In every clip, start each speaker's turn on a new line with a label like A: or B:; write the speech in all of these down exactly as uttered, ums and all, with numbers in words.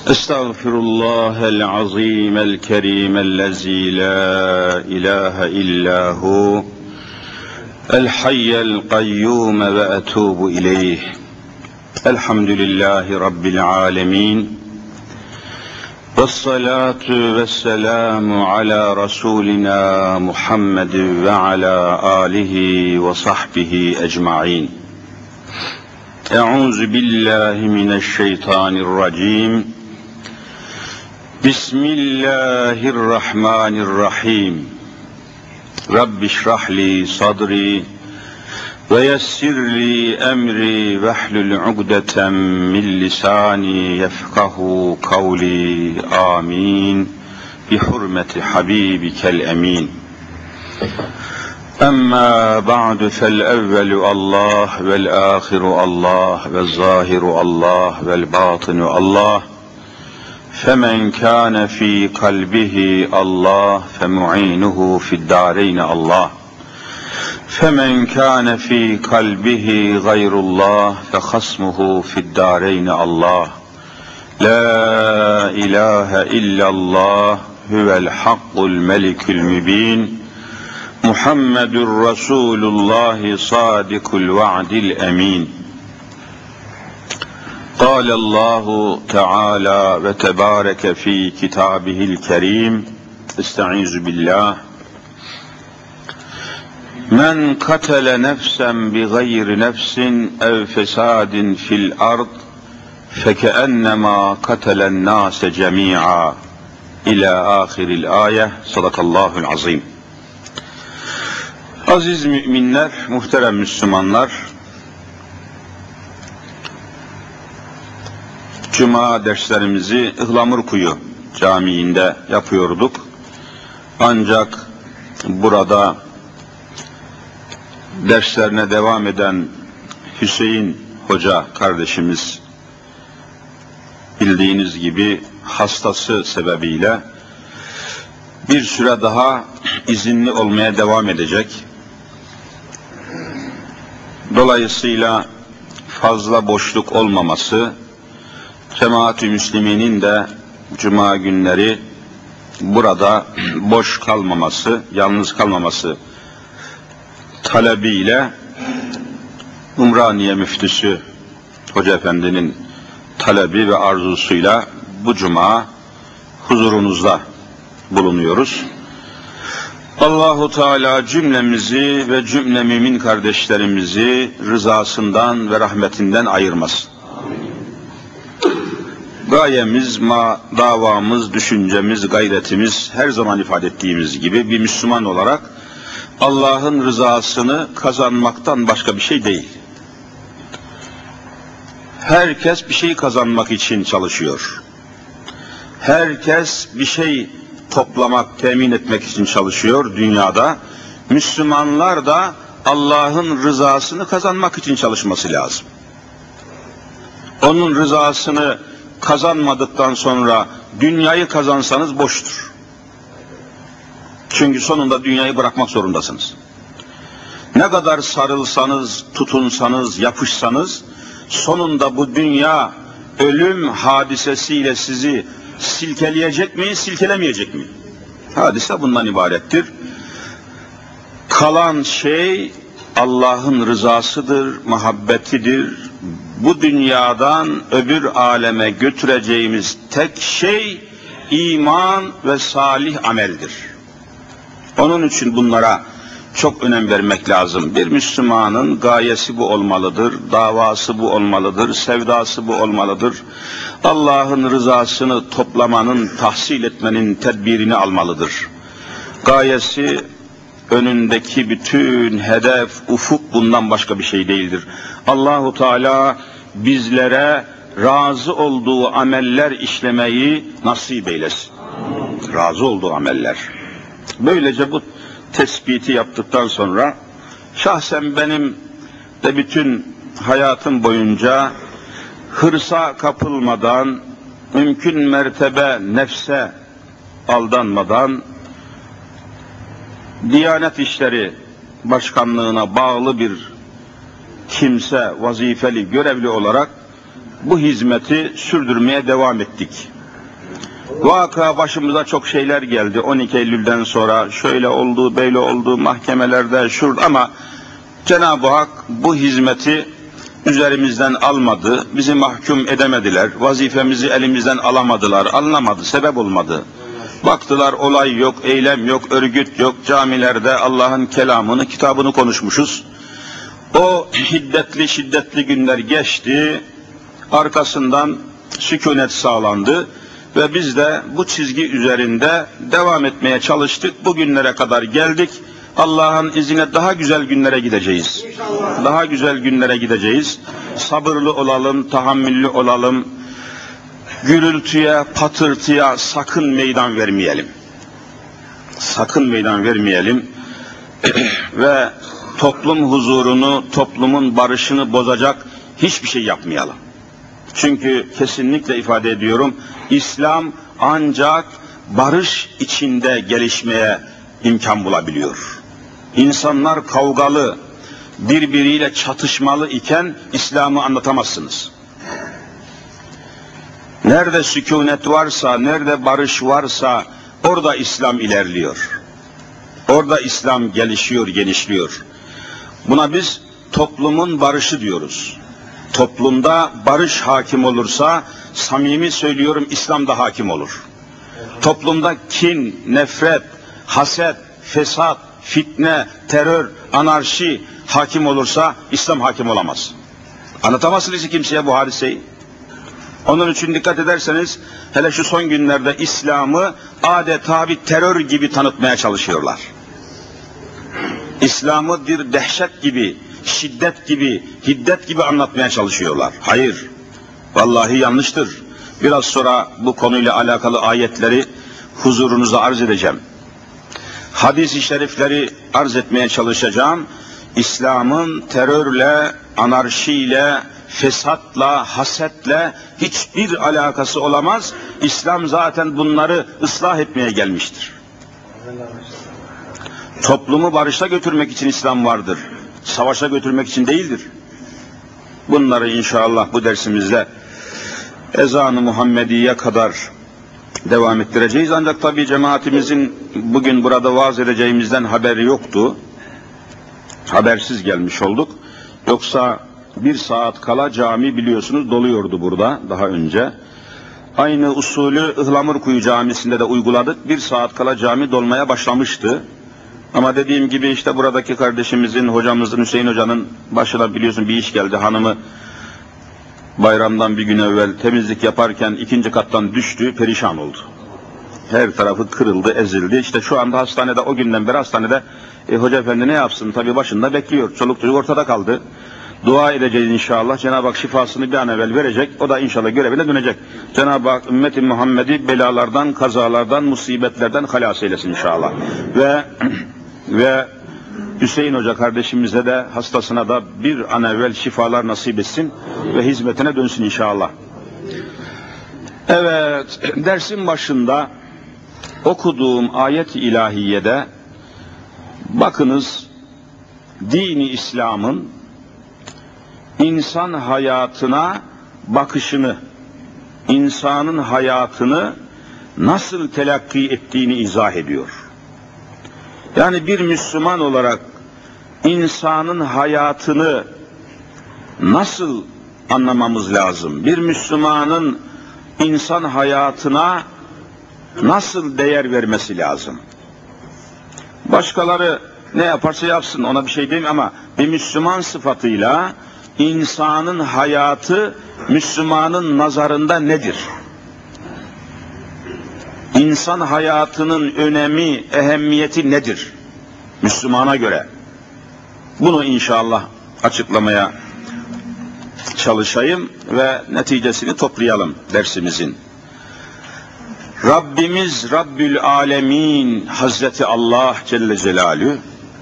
A: Estağfirullahel azimel kerimellezî la ilahe illâhu el hayyel kayyûme ve etûbu ileyh. Elhamdülillahi rabbil âlemîn. Vessalâtu vesselâmu alâ rasûlinâ Muhammed ve alâ âlihi ve sahbihi ecmaîn. Euzu billahi mineşşeytanirracim. Bismillahirrahmanirrahim. Rabbi şrahli sadri ve yessirli emri vehlul ugdeten min lisani yefkahu kavli. Amin. Bi hurmeti habibikel emin. Amma ba'du fel evvelu Allah vel ahiru Allah vel zahiru Allah vel batinu Allah. Femen kâne fî kalbihi Allah femu'inuhu fi'd-dâreyni Allah. Femen kâne fî kalbihi gayrullah fehasmuhu fi'd-dâreyni Allah. La ilahe illallah huvel hakkul melikul mübin. Muhammedur Resulullah sadikul va'dil emin. قال الله تعالى وتبارك في كتابه الكريم استعيذ بالله من قتل نفسا بغير نفس أو فساد في الأرض فكأنما قتل الناس جميعا إلى آخر الآية. صدق الله العظيم. Aziz müminler, muhterem Müslümanlar, Cuma derslerimizi Ihlamurkuyu Camii'nde yapıyorduk. Ancak burada derslerine devam eden Hüseyin Hoca kardeşimiz bildiğiniz gibi hastası sebebiyle bir süre daha izinli olmaya devam edecek. Dolayısıyla fazla boşluk olmaması, Cemaat-i Müslümin'in de Cuma günleri burada boş kalmaması, yalnız kalmaması talebiyle Umraniye Müftüsü Hoca Efendi'nin talebi ve arzusuyla bu Cuma huzurunuzda bulunuyoruz. Allahu Teala cümlemizi ve cümle mümin kardeşlerimizi rızasından ve rahmetinden ayırmasın. Gayemiz, ma, davamız, düşüncemiz, gayretimiz her zaman ifade ettiğimiz gibi bir Müslüman olarak Allah'ın rızasını kazanmaktan başka bir şey değil. Herkes bir şey kazanmak için çalışıyor. Herkes bir şey toplamak, temin etmek için çalışıyor dünyada. Müslümanlar da Allah'ın rızasını kazanmak için çalışması lazım. Onun rızasını kazanmadıktan sonra dünyayı kazansanız boştur. Çünkü sonunda dünyayı bırakmak zorundasınız. Ne kadar sarılsanız, tutunsanız, yapışsanız sonunda bu dünya ölüm hadisesiyle sizi silkeleyecek mi, silkelemeyecek mi? Hadise bundan ibarettir. Kalan şey Allah'ın rızasıdır, muhabbetidir. Bu dünyadan öbür aleme götüreceğimiz tek şey iman ve salih ameldir. Onun için bunlara çok önem vermek lazım. Bir Müslümanın gayesi bu olmalıdır, davası bu olmalıdır, sevdası bu olmalıdır. Allah'ın rızasını toplamanın, tahsil etmenin tedbirini almalıdır. Gayesi, önündeki bütün hedef, ufuk bundan başka bir şey değildir. Allahu Teala bizlere razı olduğu ameller işlemeyi nasip eylesin. Razı olduğu ameller. Böylece bu tespiti yaptıktan sonra şahsen benim de bütün hayatım boyunca hırsa kapılmadan, mümkün mertebe nefse aldanmadan, Diyanet İşleri Başkanlığına bağlı bir kimse, vazifeli, görevli olarak bu hizmeti sürdürmeye devam ettik. Vaka başımıza çok şeyler geldi. on iki Eylül'den sonra şöyle oldu, böyle oldu, mahkemelerde, şurada, ama Cenab-ı Hak bu hizmeti üzerimizden almadı, bizi mahkum edemediler, vazifemizi elimizden alamadılar, alınamadı, sebep olmadı. Baktılar olay yok, eylem yok, örgüt yok, camilerde Allah'ın kelamını, kitabını konuşmuşuz. O hiddetli şiddetli günler geçti, arkasından sükunet sağlandı ve biz de bu çizgi üzerinde devam etmeye çalıştık. Bugünlere kadar geldik. Allah'ın izniyle daha güzel günlere gideceğiz. İnşallah. Daha güzel günlere gideceğiz. Sabırlı olalım, tahammüllü olalım. Gürültüye, patırtıya sakın meydan vermeyelim. Sakın meydan vermeyelim. Ve toplum huzurunu, toplumun barışını bozacak hiçbir şey yapmayalım. Çünkü kesinlikle ifade ediyorum, İslam ancak barış içinde gelişmeye imkan bulabiliyor. İnsanlar kavgalı, birbiriyle çatışmalı iken İslam'ı anlatamazsınız. Nerede sükunet varsa, nerede barış varsa orada İslam ilerliyor. Orada İslam gelişiyor, genişliyor. Buna biz toplumun barışı diyoruz. Toplumda barış hakim olursa, samimi söylüyorum, İslam da hakim olur. Toplumda kin, nefret, haset, fesat, fitne, terör, anarşi hakim olursa İslam hakim olamaz. Anlatamazsınız kimseye bu hadiseyi. Onun için dikkat ederseniz, hele şu son günlerde İslam'ı adeta bir terör gibi tanıtmaya çalışıyorlar. İslam'ı bir dehşet gibi, şiddet gibi, hiddet gibi anlatmaya çalışıyorlar. Hayır, vallahi yanlıştır. Biraz sonra bu konuyla alakalı ayetleri huzurunuza arz edeceğim. Hadis-i şerifleri arz etmeye çalışacağım. İslam'ın terörle, anarşiyle, fesatla, hasetle hiçbir alakası olamaz. İslam zaten bunları ıslah etmeye gelmiştir. Toplumu barışa götürmek için İslam vardır. Savaşa götürmek için değildir. Bunları inşallah bu dersimizde ezan-ı Muhammediye kadar devam ettireceğiz. Ancak tabii cemaatimizin bugün burada vaaz edeceğimizden haberi yoktu. Habersiz gelmiş olduk. Yoksa bir saat kala cami biliyorsunuz doluyordu burada daha önce. Aynı usulü Ihlamurkuyu Camisi'nde de uyguladık. Bir saat kala cami dolmaya başlamıştı. Ama dediğim gibi işte buradaki kardeşimizin, hocamızın, Hüseyin Hoca'nın başına biliyorsun bir iş geldi. Hanımı bayramdan bir gün evvel temizlik yaparken ikinci kattan düştü, perişan oldu. Her tarafı kırıldı, ezildi. İşte şu anda hastanede, o günden beri hastanede. E, Hoca Efendi ne yapsın? Tabii başında bekliyor. Çoluk çocuk ortada kaldı. Dua edeceğiz inşallah. Cenab-ı Hak şifasını bir an evvel verecek. O da inşallah görevine dönecek. Cenab-ı Hak ümmeti Muhammed'i belalardan, kazalardan, musibetlerden halas eylesin inşallah. Ve ve Hüseyin Hoca kardeşimize de, hastasına da bir an evvel şifalar nasip etsin ve hizmetine dönsün inşallah. Evet, dersin başında okuduğum ayet-i ilahiyede bakınız, dini İslam'ın insan hayatına bakışını, insanın hayatını nasıl telakki ettiğini izah ediyor. Yani bir Müslüman olarak insanın hayatını nasıl anlamamız lazım? Bir Müslümanın insan hayatına nasıl değer vermesi lazım? Başkaları ne yaparsa yapsın, ona bir şey diyeyim, ama bir Müslüman sıfatıyla insanın hayatı Müslümanın nazarında nedir? İnsan hayatının önemi, ehemmiyeti nedir Müslümana göre? Bunu inşallah açıklamaya çalışayım ve neticesini toplayalım dersimizin. Rabbimiz Rabbül Alemin Hazreti Allah Celle Celaluhu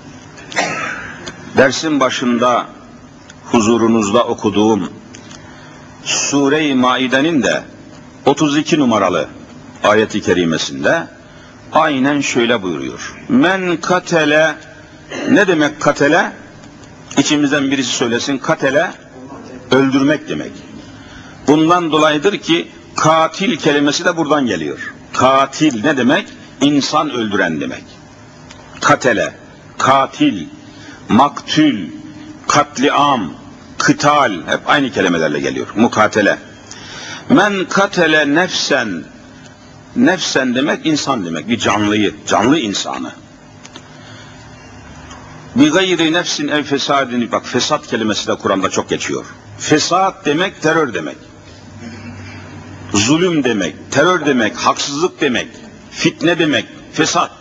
A: dersin başında huzurunuzda okuduğum Sure-i Maide'nin de otuz iki numaralı ayet-i kerimesinde aynen şöyle buyuruyor. Men katele, ne demek katele? İçimizden birisi söylesin, katele öldürmek demek. Bundan dolayıdır ki katil kelimesi de buradan geliyor. Katil ne demek? İnsan öldüren demek. Katele, katil, maktül, katliam, kıtal hep aynı kelimelerle geliyor. Mukatele. Men katele nefsen, nefsen demek insan demek, bir canlıyı, canlı insanı. Bi gayri nefsin ev fesadini, bak fesat kelimesi de Kur'an'da çok geçiyor. Fesat demek terör demek. Zulüm demek, terör demek, haksızlık demek, fitne demek, fesat.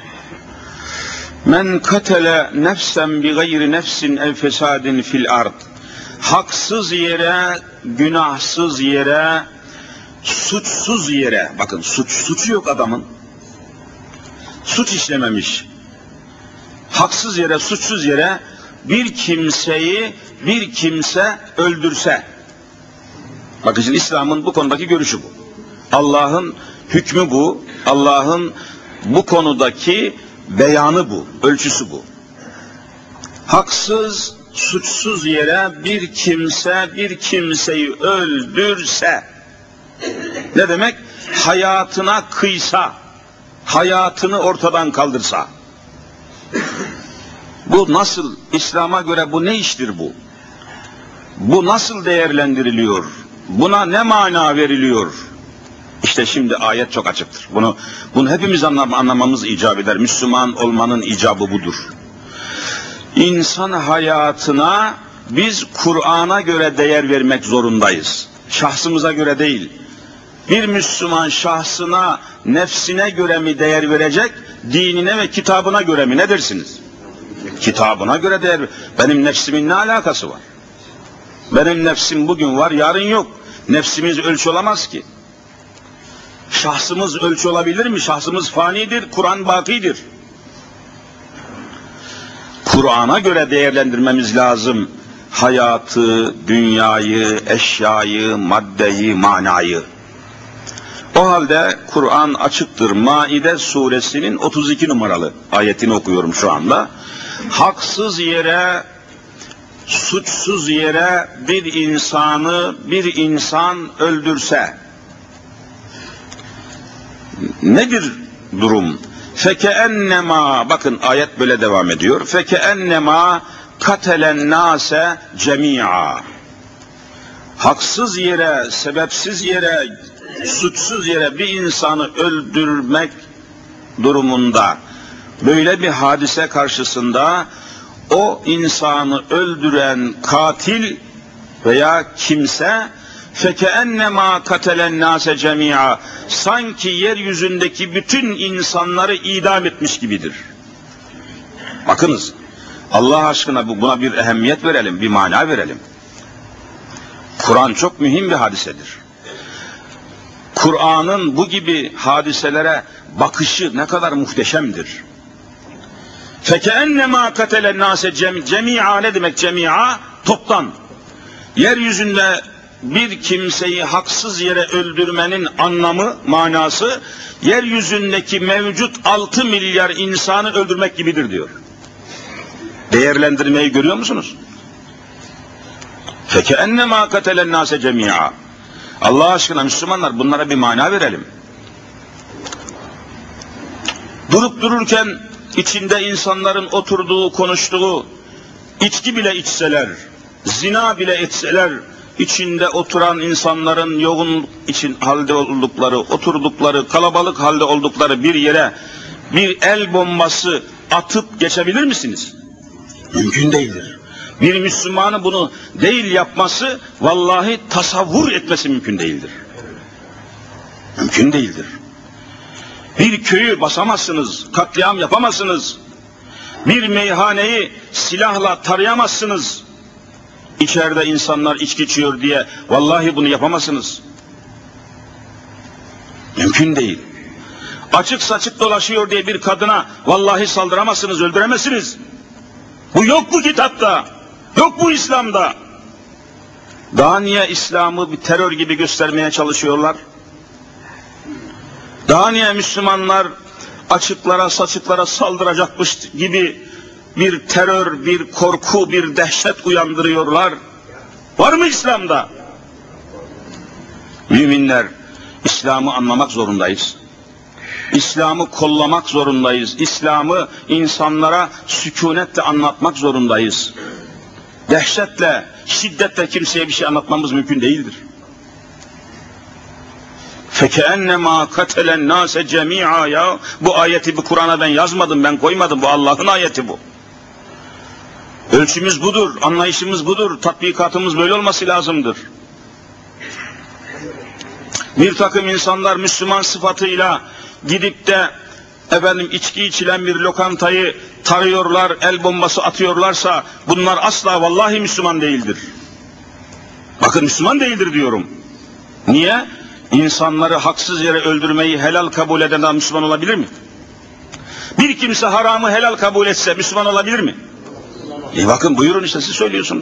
A: Men katele nefsen bi gayri nefsin ev fesadin fil ard. Haksız yere, günahsız yere, suçsuz yere, bakın suç, suçu yok adamın. Suç işlememiş. Haksız yere, suçsuz yere bir kimseyi bir kimse öldürse. Bakın şimdi İslam'ın bu konudaki görüşü bu. Allah'ın hükmü bu. Allah'ın bu konudaki beyanı bu, ölçüsü bu. Haksız, suçsuz yere bir kimse bir kimseyi öldürse, ne demek? Hayatına kıysa, hayatını ortadan kaldırsa. Bu nasıl, İslam'a göre bu ne iştir bu? Bu nasıl değerlendiriliyor? Buna ne mana veriliyor? İşte şimdi ayet çok açıktır. Bunu, bunu hepimiz anlam, anlamamız icap eder. Müslüman olmanın icabı budur. İnsan hayatına biz Kur'an'a göre değer vermek zorundayız. Şahsımıza göre değil. Bir Müslüman şahsına, nefsine göre mi değer verecek, dinine ve kitabına göre mi? Ne dersiniz? Kitabına göre değer ver. Benim nefsimin ne alakası var? Benim nefsim bugün var, yarın yok. Nefsimiz ölçü olamaz ki. Şahsımız ölçü olabilir mi? Şahsımız fanidir, Kur'an bakidir. Kur'an'a göre değerlendirmemiz lazım. Hayatı, dünyayı, eşyayı, maddeyi, manayı. O halde Kur'an açıktır. Maide suresinin otuz iki numaralı ayetini okuyorum şu anda. Haksız yere, suçsuz yere bir insanı bir insan öldürse, nedir durum? Fekeennema, bakın ayet böyle devam ediyor. Fekeennema katelen nase cemi'a. Haksız yere, sebepsiz yere, suçsuz yere bir insanı öldürmek durumunda, böyle bir hadise karşısında o insanı öldüren katil veya kimse fekeennema katelen nase cemi'a, sanki yeryüzündeki bütün insanları idam etmiş gibidir. Bakınız, Allah aşkına buna bir ehemmiyet verelim, bir mana verelim. Kur'an çok mühim bir hadisedir. Kur'an'ın bu gibi hadiselere bakışı ne kadar muhteşemdir. Fekeennema katelen nase cemi'a, ne demek cemi'a? Toptan. Yeryüzünde bir kimseyi haksız yere öldürmenin anlamı, manası, yeryüzündeki mevcut altı milyar insanı öldürmek gibidir diyor. Değerlendirmeyi görüyor musunuz? Fekeennema katelen nase cemi'a. Allah aşkına Müslümanlar, bunlara bir mana verelim. Durup dururken içinde insanların oturduğu, konuştuğu, içki bile içseler, zina bile etseler, içinde oturan insanların yoğun için halde oldukları, oturdukları, kalabalık halde oldukları bir yere bir el bombası atıp geçebilir misiniz? Mümkün değildir. Bir Müslümanın bunu değil yapması, vallahi tasavvur etmesi mümkün değildir. Mümkün değildir. Bir köyü basamazsınız, katliam yapamazsınız. Bir meyhaneyi silahla tarayamazsınız. İçeride insanlar içki içiyor diye vallahi bunu yapamazsınız. Mümkün değil. Açık saçık dolaşıyor diye bir kadına vallahi saldıramazsınız, öldüremezsiniz. Bu yok bu kitapta, yok bu İslam'da. Daha niye İslam'ı bir terör gibi göstermeye çalışıyorlar? Daha niye Müslümanlar açıklara saçıklara saldıracakmış gibi bir terör, bir korku, bir dehşet uyandırıyorlar? Var mı İslam'da? Müminler, İslam'ı anlamak zorundayız. İslam'ı kollamak zorundayız. İslam'ı insanlara sükunetle anlatmak zorundayız. Dehşetle, şiddetle kimseye bir şey anlatmamız mümkün değildir. فَكَأَنَّمَا قَتَلَ النَّاسَ جَمِيعًا ya. Bu ayeti bu Kur'an'a ben yazmadım, ben koymadım. Bu Allah'ın ayeti bu. Ölçümüz budur, anlayışımız budur, tatbikatımız böyle olması lazımdır. Bir takım insanlar Müslüman sıfatıyla gidip de efendim içki içilen bir lokantayı tarıyorlar, el bombası atıyorlarsa bunlar asla vallahi Müslüman değildir. Bakın Müslüman değildir diyorum. Niye? İnsanları haksız yere öldürmeyi helal kabul eden adam Müslüman olabilir mi? Bir kimse haramı helal kabul etse Müslüman olabilir mi? E bakın buyurun işte siz söylüyorsunuz.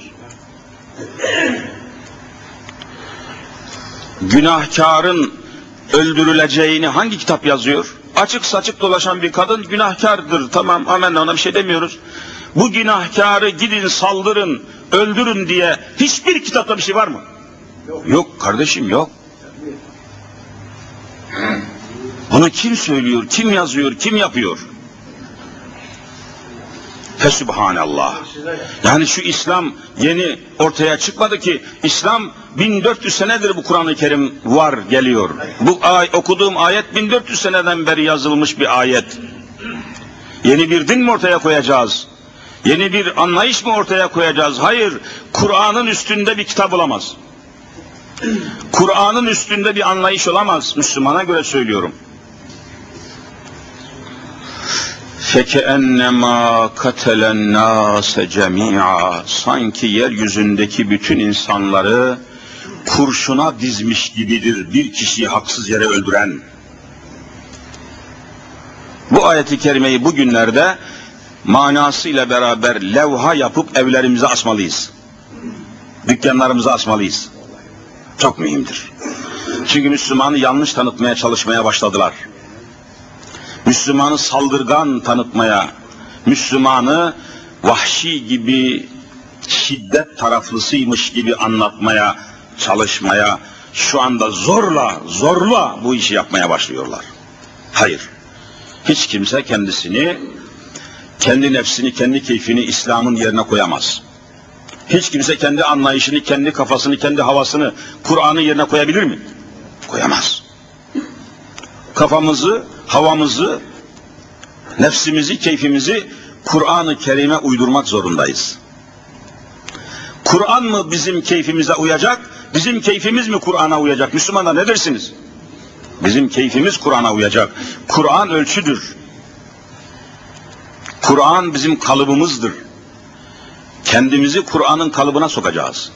A: Günahkarın öldürüleceğini hangi kitap yazıyor? Açık saçık dolaşan bir kadın günahkardır. Tamam, amenna, ona bir şey demiyoruz. Bu günahkarı gidin saldırın, öldürün diye hiçbir kitapta bir şey var mı? Yok, yok kardeşim, yok. Bunu kim söylüyor, kim yazıyor, kim yapıyor? Fesübhanallah. Yani şu İslam yeni ortaya çıkmadı ki. İslam bin dört yüz senedir bu Kur'an-ı Kerim var, geliyor. Bu ay, okuduğum ayet bin dört yüz seneden beri yazılmış bir ayet. Yeni bir din mi ortaya koyacağız? Yeni bir anlayış mı ortaya koyacağız? Hayır. Kur'an'ın üstünde bir kitap olamaz. Kur'an'ın üstünde bir anlayış olamaz. Müslümana göre söylüyorum. فَكَأَنَّمَا قَتَلَ النَّاسَ جَمِيعًا sanki yeryüzündeki bütün insanları kurşuna dizmiş gibidir bir kişiyi haksız yere öldüren. Bu ayeti kerimeyi bugünlerde manasıyla beraber levha yapıp evlerimize asmalıyız. Dükkanlarımıza asmalıyız. Çok mühimdir. Çünkü Müslümanı yanlış tanıtmaya çalışmaya başladılar. Müslümanı saldırgan tanıtmaya, Müslümanı vahşi gibi, şiddet taraflısıymış gibi anlatmaya, çalışmaya, şu anda zorla, zorla bu işi yapmaya başlıyorlar. Hayır, hiç kimse kendisini, kendi nefsini, kendi keyfini İslam'ın yerine koyamaz. Hiç kimse kendi anlayışını, kendi kafasını, kendi havasını Kur'an'ın yerine koyabilir mi? Koyamaz. Kafamızı, havamızı, nefsimizi, keyfimizi Kur'an-ı Kerim'e uydurmak zorundayız. Kur'an mı bizim keyfimize uyacak, bizim keyfimiz mi Kur'an'a uyacak? Müslümanlar ne dersiniz? Bizim keyfimiz Kur'an'a uyacak. Kur'an ölçüdür. Kur'an bizim kalıbımızdır. Kendimizi Kur'an'ın kalıbına sokacağız.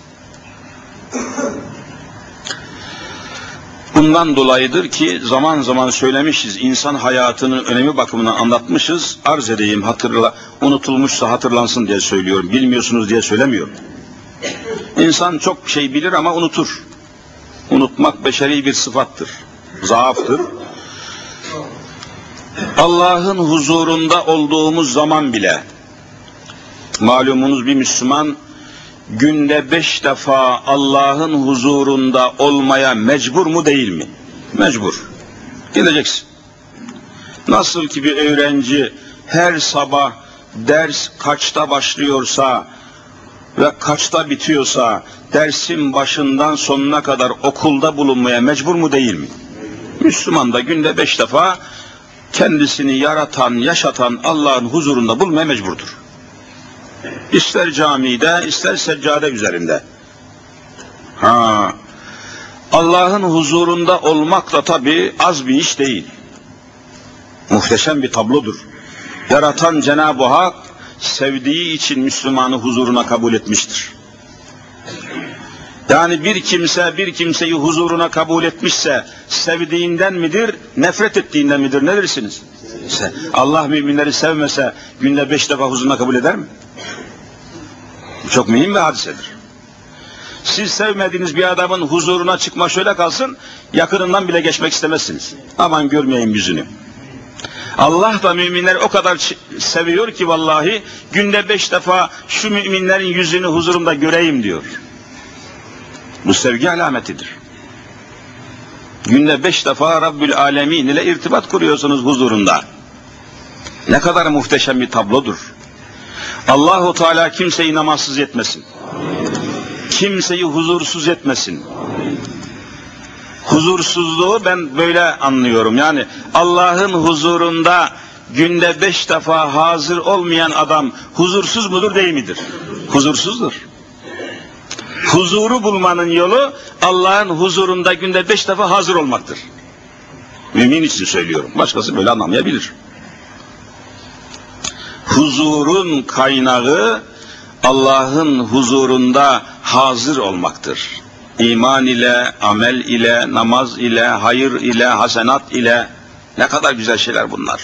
A: Bundan dolayıdır ki zaman zaman söylemişiz, insan hayatının önemi bakımından anlatmışız, arz edeyim, hatırla, unutulmuşsa hatırlansın diye söylüyorum, bilmiyorsunuz diye söylemiyorum. İnsan çok şey bilir ama unutur. Unutmak beşeri bir sıfattır, zaaftır. Allah'ın huzurunda olduğumuz zaman bile, malumunuz bir Müslüman, günde beş defa Allah'ın huzurunda olmaya mecbur mu değil mi? Mecbur. Gideceksin. Nasıl ki bir öğrenci her sabah ders kaçta başlıyorsa ve kaçta bitiyorsa dersin başından sonuna kadar okulda bulunmaya mecbur mu değil mi? Müslüman da günde beş defa kendisini yaratan, yaşatan Allah'ın huzurunda bulmaya mecburdur. İster camide, ister seccade üzerinde. Ha, Allah'ın huzurunda olmak da tabii az bir iş değil. Muhteşem bir tablodur. Yaratan Cenab-ı Hak sevdiği için Müslümanı huzuruna kabul etmiştir. Yani bir kimse bir kimseyi huzuruna kabul etmişse sevdiğinden midir, nefret ettiğinden midir, ne dersiniz? Allah müminleri sevmese günde beş defa huzuruna kabul eder mi? Bu çok mühim bir hadisedir. Siz sevmediğiniz bir adamın huzuruna çıkma şöyle kalsın, yakınından bile geçmek istemezsiniz. Aman görmeyeyim yüzünü. Allah da müminleri o kadar seviyor ki vallahi günde beş defa şu müminlerin yüzünü huzurumda göreyim diyor. Bu sevgi alametidir. Günde beş defa Rabbül Alemin ile irtibat kuruyorsunuz huzurunda. Ne kadar muhteşem bir tablodur. Allahu Teala kimseyi namazsız etmesin. Kimseyi huzursuz etmesin. Huzursuzluğu ben böyle anlıyorum. Yani Allah'ın huzurunda günde beş defa hazır olmayan adam huzursuz mudur değil midir? Huzursuzdur. Huzuru bulmanın yolu Allah'ın huzurunda günde beş defa hazır olmaktır. Mümin için söylüyorum. Başkası böyle anlamayabilir. Huzurun kaynağı Allah'ın huzurunda hazır olmaktır. İman ile, amel ile, namaz ile, hayır ile, hasenat ile, ne kadar güzel şeyler bunlar.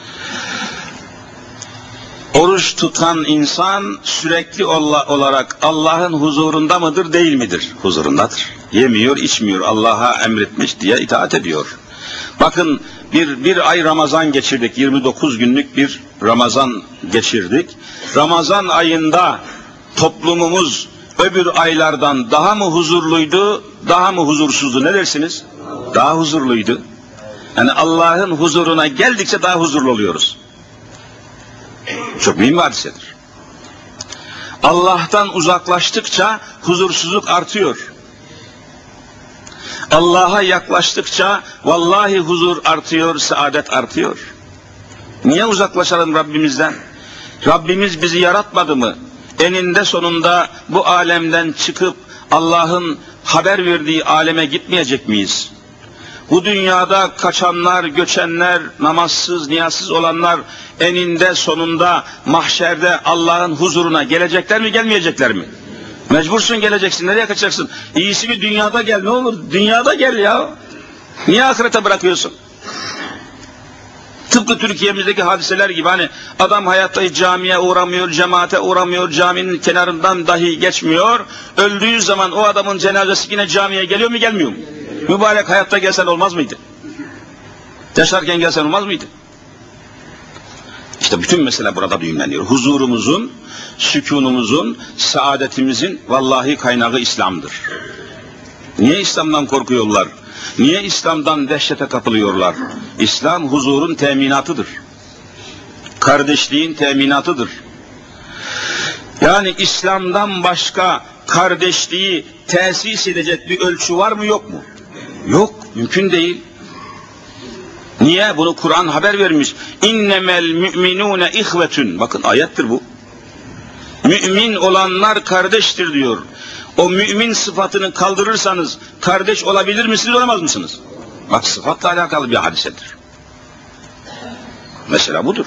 A: Oruç tutan insan sürekli olarak Allah'ın huzurunda mıdır değil midir? Huzurundadır. Yemiyor, içmiyor, Allah'a emretmiş diye itaat ediyor. Bakın bir, bir ay Ramazan geçirdik, yirmi dokuz günlük bir Ramazan geçirdik. Ramazan ayında toplumumuz öbür aylardan daha mı huzurluydu, daha mı huzursuzdu, ne dersiniz? Daha huzurluydu. Yani Allah'ın huzuruna geldikçe daha huzurlu oluyoruz. Çok mühim bir hadisedir. Allah'tan uzaklaştıkça huzursuzluk artıyor. Allah'a yaklaştıkça vallahi huzur artıyor, saadet artıyor. Niye uzaklaşalım Rabbimizden? Rabbimiz bizi yaratmadı mı? Eninde sonunda bu alemden çıkıp Allah'ın haber verdiği aleme gitmeyecek miyiz? Bu dünyada kaçanlar, göçenler, namazsız, niyazsız olanlar eninde sonunda mahşerde Allah'ın huzuruna gelecekler mi, gelmeyecekler mi? Mecbursun, geleceksin. Nereye kaçacaksın? İyisi bir dünyada gel, ne olur? Dünyada gel ya. Niye ahirete bırakıyorsun? Tıpkı Türkiye'mizdeki hadiseler gibi, hani adam hayatta hiç camiye uğramıyor, cemaate uğramıyor, caminin kenarından dahi geçmiyor. Öldüğü zaman o adamın cenazesi yine camiye geliyor mu, gelmiyor mu? Mübarek hayatta gelsen olmaz mıydı? Yaşarken gelsen olmaz mıydı? İşte bütün mesele burada düğümleniyor. Huzurumuzun, sükunumuzun, saadetimizin vallahi kaynağı İslam'dır. Niye İslam'dan korkuyorlar? Niye İslam'dan dehşete kapılıyorlar? İslam huzurun teminatıdır. Kardeşliğin teminatıdır. Yani İslam'dan başka kardeşliği tesis edecek bir ölçü var mı, yok mu? Yok, mümkün değil. Niye? Bunu Kur'an haber vermiş. İnnemel müminune ihvetun. Bakın ayettir bu. Mümin olanlar kardeştir diyor. O mümin sıfatını kaldırırsanız kardeş olabilir misiniz, olamaz mısınız? Bak, sıfatla alakalı bir hadisedir. Mesela budur.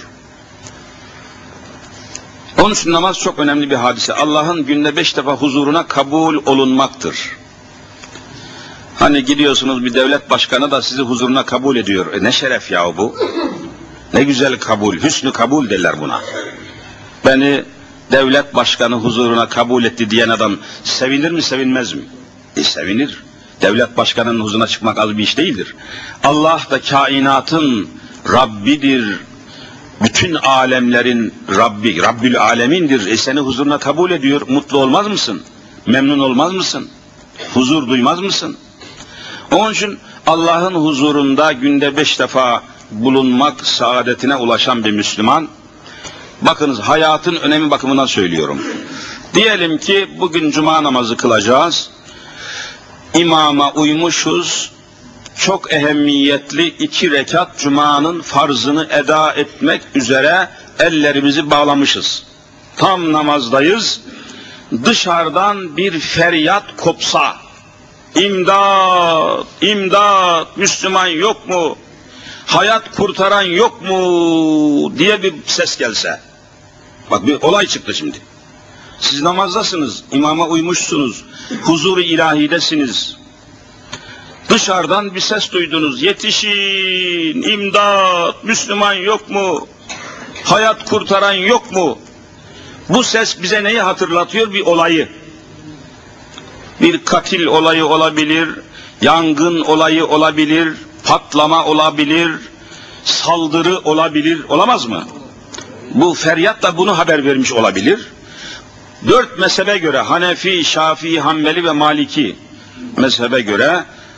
A: Onun için namaz çok önemli bir hadise. Allah'ın günde beş defa huzuruna kabul olunmaktır. Hani gidiyorsunuz, bir devlet başkanı da sizi huzuruna kabul ediyor. E ne şeref ya bu. Ne güzel kabul, hüsnü kabul derler buna. Beni devlet başkanı huzuruna kabul etti diyen adam sevinir mi, sevinmez mi? E sevinir. Devlet başkanının huzuruna çıkmak az bir iş değildir. Allah da kainatın Rabbidir. Bütün alemlerin Rabbi, Rabbül Alemindir. E seni huzuruna kabul ediyor. Mutlu olmaz mısın? Memnun olmaz mısın? Huzur duymaz mısın? Onun için Allah'ın huzurunda günde beş defa bulunmak saadetine ulaşan bir Müslüman, bakınız hayatın önemi bakımından söylüyorum. Diyelim ki bugün cuma namazı kılacağız. İmama uymuşuz. Çok ehemmiyetli iki rekat cumanın farzını eda etmek üzere ellerimizi bağlamışız. Tam namazdayız. Dışarıdan bir feryat kopsa, İmdat, imdat, Müslüman yok mu? Hayat kurtaran yok mu? Diye bir ses gelse. Bak, bir olay çıktı şimdi. Siz namazdasınız, imama uymuşsunuz, huzur-u ilahidesiniz. Dışarıdan bir ses duydunuz. Yetişin, imdat, Müslüman yok mu? Hayat kurtaran yok mu? Bu ses bize neyi hatırlatıyor? Bir olayı. Bir katil olayı olabilir, yangın olayı olabilir, patlama olabilir, saldırı olabilir, olamaz mı? Bu feryat da bunu haber vermiş olabilir. Dört mezhebe göre, Hanefi, Şafii, Hanbeli ve Maliki mezhebe göre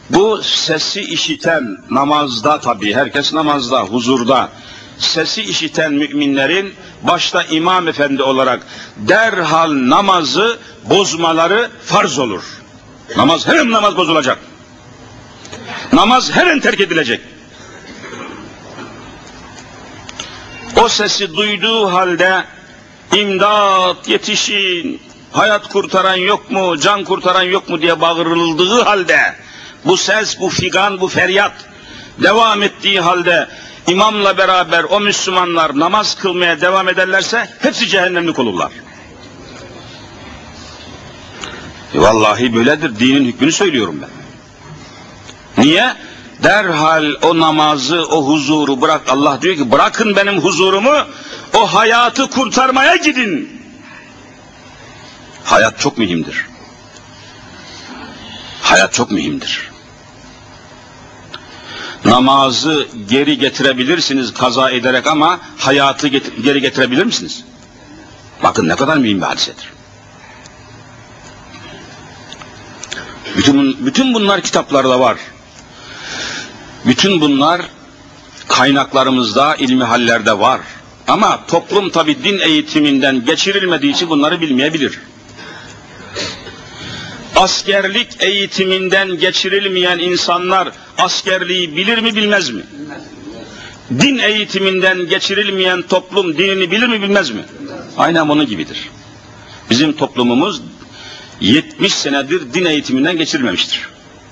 A: Bu sesi işiten namazda, tabii herkes namazda, huzurda, sesi işiten müminlerin başta imam efendi olarak derhal namazı bozmaları farz olur. Namaz, her an namaz bozulacak. Namaz her an terk edilecek. O sesi duyduğu halde imdat yetişin, hayat kurtaran yok mu, can kurtaran yok mu diye bağırıldığı halde, bu ses, bu figan, bu feryat devam ettiği halde imamla beraber o Müslümanlar namaz kılmaya devam ederlerse hepsi cehennemlik olurlar. E vallahi böyledir, dinin hükmünü söylüyorum ben. Niye? Derhal o namazı, o huzuru bırak. Allah diyor ki bırakın benim huzurumu, o hayatı kurtarmaya gidin. Hayat çok mühimdir. Hayat çok mühimdir. Namazı geri getirebilirsiniz kaza ederek ama hayatı get- geri getirebilir misiniz? Bakın ne kadar mühim bir hadisedir. Bütün, bütün bunlar kitaplarda var. Bütün bunlar kaynaklarımızda, ilmihallerde var. Ama toplum tabi din eğitiminden geçirilmediği için bunları bilmeyebilir. Askerlik eğitiminden geçirilmeyen insanlar askerliği bilir mi bilmez mi? Din eğitiminden geçirilmeyen toplum dinini bilir mi bilmez mi? Aynen onun gibidir. Bizim toplumumuz yetmiş senedir din eğitiminden geçirilmemiştir.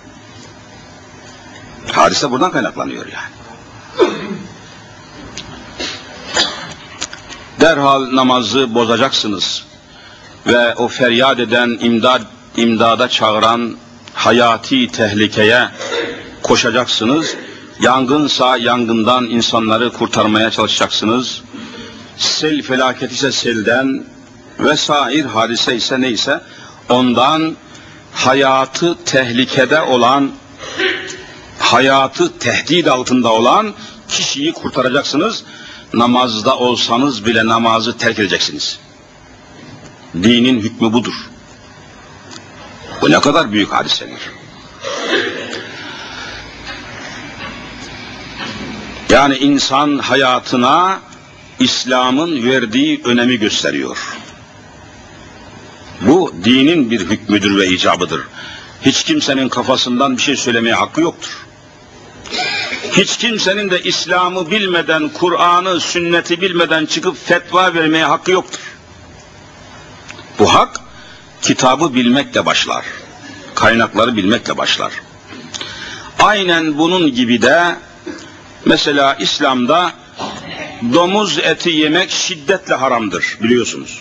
A: Hadise buradan kaynaklanıyor yani. Derhal namazı bozacaksınız ve o feryat eden, imdad, imdada çağıran hayati tehlikeye koşacaksınız. Yangınsa yangından insanları kurtarmaya çalışacaksınız. Sel felaketi ise selden, vesair hadise ise neyse ondan hayatı tehlikede olan, hayatı tehdit altında olan kişiyi kurtaracaksınız. Namazda olsanız bile namazı terk edeceksiniz. Dinin hükmü budur. Bu ne kadar büyük hadisedir. Yani insan hayatına İslam'ın verdiği önemi gösteriyor. Bu dinin bir hükmüdür ve icabıdır. Hiç kimsenin kafasından bir şey söylemeye hakkı yoktur. Hiç kimsenin de İslam'ı bilmeden, Kur'an'ı, sünneti bilmeden çıkıp fetva vermeye hakkı yoktur. Bu hak, kitabı bilmekle başlar. Kaynakları bilmekle başlar. Aynen bunun gibi de, mesela İslam'da domuz eti yemek şiddetle haramdır, biliyorsunuz.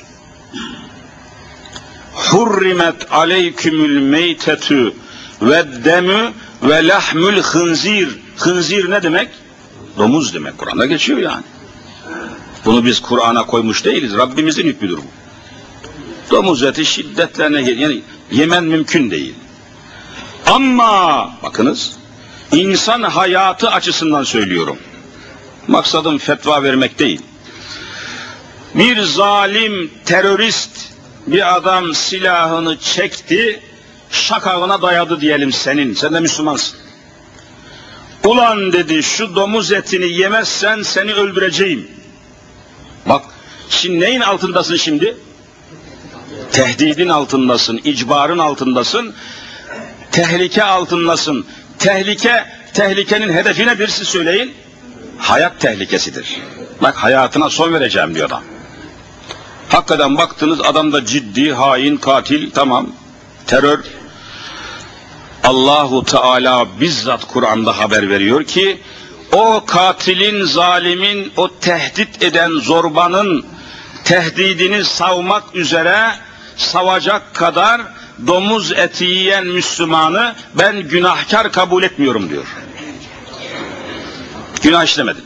A: Hurrimet aleykümül meytetü ve demü ve lahmül hınzir. Hınzir ne demek? Domuz demek. Kur'an'da geçiyor yani. Bunu biz Kur'an'a koymuş değiliz. Rabbimizin hükmüdür bu. Domuz eti şiddetle yani yemen mümkün değil. Ama bakınız, insan hayatı açısından söylüyorum. Maksadım fetva vermek değil. Bir zalim terörist bir adam silahını çekti, şakağına dayadı diyelim senin. Sen de Müslümansın. Ulan dedi, şu domuz etini yemezsen seni öldüreceğim. Bak, şimdi neyin altındasın şimdi? Tehdidin altındasın, icbarın altındasın, tehlike altındasın. Tehlike, tehlikenin hedefi nedir siz söyleyin? Hayat tehlikesidir. Bak, hayatına son vereceğim diyor adam. Hakikaten baktınız adam da ciddi, hain, katil, tamam, terör. Allahu Teala bizzat Kur'an'da haber veriyor ki o katilin, zalimin, o tehdit eden zorbanın tehdidini savmak üzere savacak kadar domuz eti yiyen Müslümanı ben günahkar kabul etmiyorum diyor. Günah işlemedin.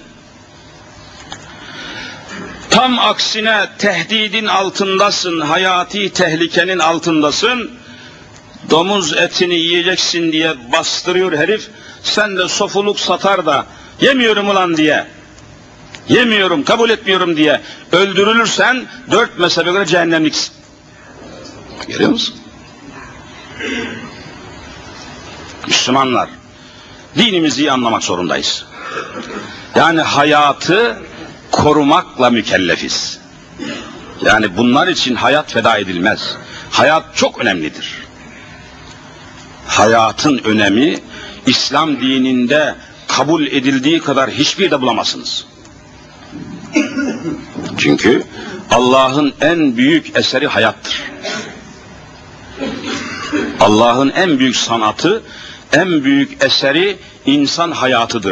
A: Tam aksine tehdidin altındasın, hayati tehlikenin altındasın. Domuz etini yiyeceksin diye bastırıyor herif. Sen de sofuluk satar da yemiyorum ulan diye, yemiyorum, kabul etmiyorum diye öldürülürsen dört mezhebe göre cehennemliksin. Görüyor musun? Müslümanlar, dinimizi iyi anlamak zorundayız. Yani hayatı korumakla mükellefiz. Yani bunlar için hayat feda edilmez. Hayat çok önemlidir. Hayatın önemi İslam dininde kabul edildiği kadar hiçbir de bulamazsınız. Çünkü Allah'ın en büyük eseri hayattır. Allah'ın en büyük sanatı, en büyük eseri insan hayatıdır.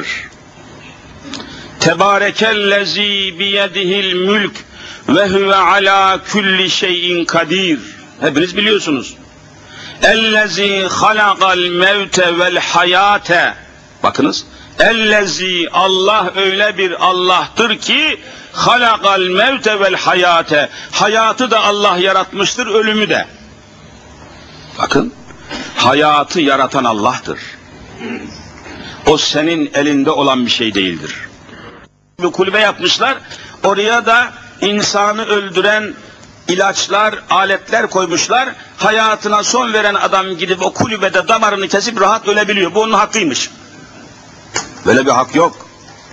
A: Tebarekellezî biyedihil mülk ve huve alâ kulli şeyin kadir. Hepiniz biliyorsunuz. Ellezî halakal mevte vel hayâte. Bakınız. Ellezî, Allah öyle bir Allah'tır ki halakal mevte vel hayâte. Hayatı da Allah yaratmıştır, ölümü de. Bakın. Hayatı yaratan Allah'tır. O senin elinde olan bir şey değildir. Bir kulübe yapmışlar. Oraya da insanı öldüren ilaçlar, aletler koymuşlar. Hayatına son veren adam gidip o kulübede damarını kesip rahat ölebiliyor. Bu onun hakkıymış. Böyle bir hak yok.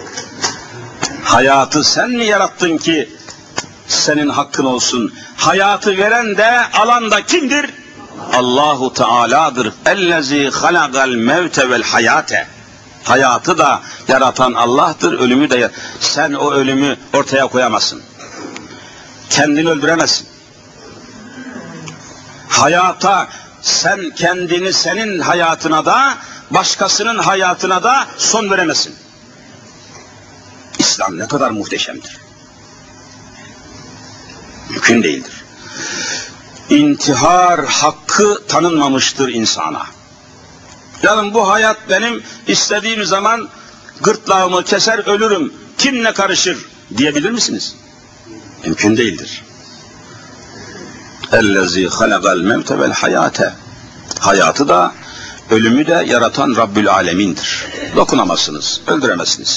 A: Hayatı sen mi yarattın ki senin hakkın olsun? Hayatı veren de alan da kimdir? Allahu Teala'dır. Ellezî halakal mevte vel hayâte. Hayatı da yaratan Allah'tır, ölümü de. Sen o ölümü ortaya koyamazsın. Kendini öldüremezsin. Hayata sen kendini, senin hayatına da başkasının hayatına da son veremezsin. İslam ne kadar muhteşemdir. Mümkün değildir. İntihar hakkı tanınmamıştır insana. Yani bu hayat benim, istediğim zaman gırtlağımı keser ölürüm, kimle karışır diyebilir misiniz? Mümkün değildir. Ellezî halakal mevte vel hayâte. Hayatı da ölümü de yaratan Rabbül Alemin'dir. Dokunamazsınız, öldüremezsiniz.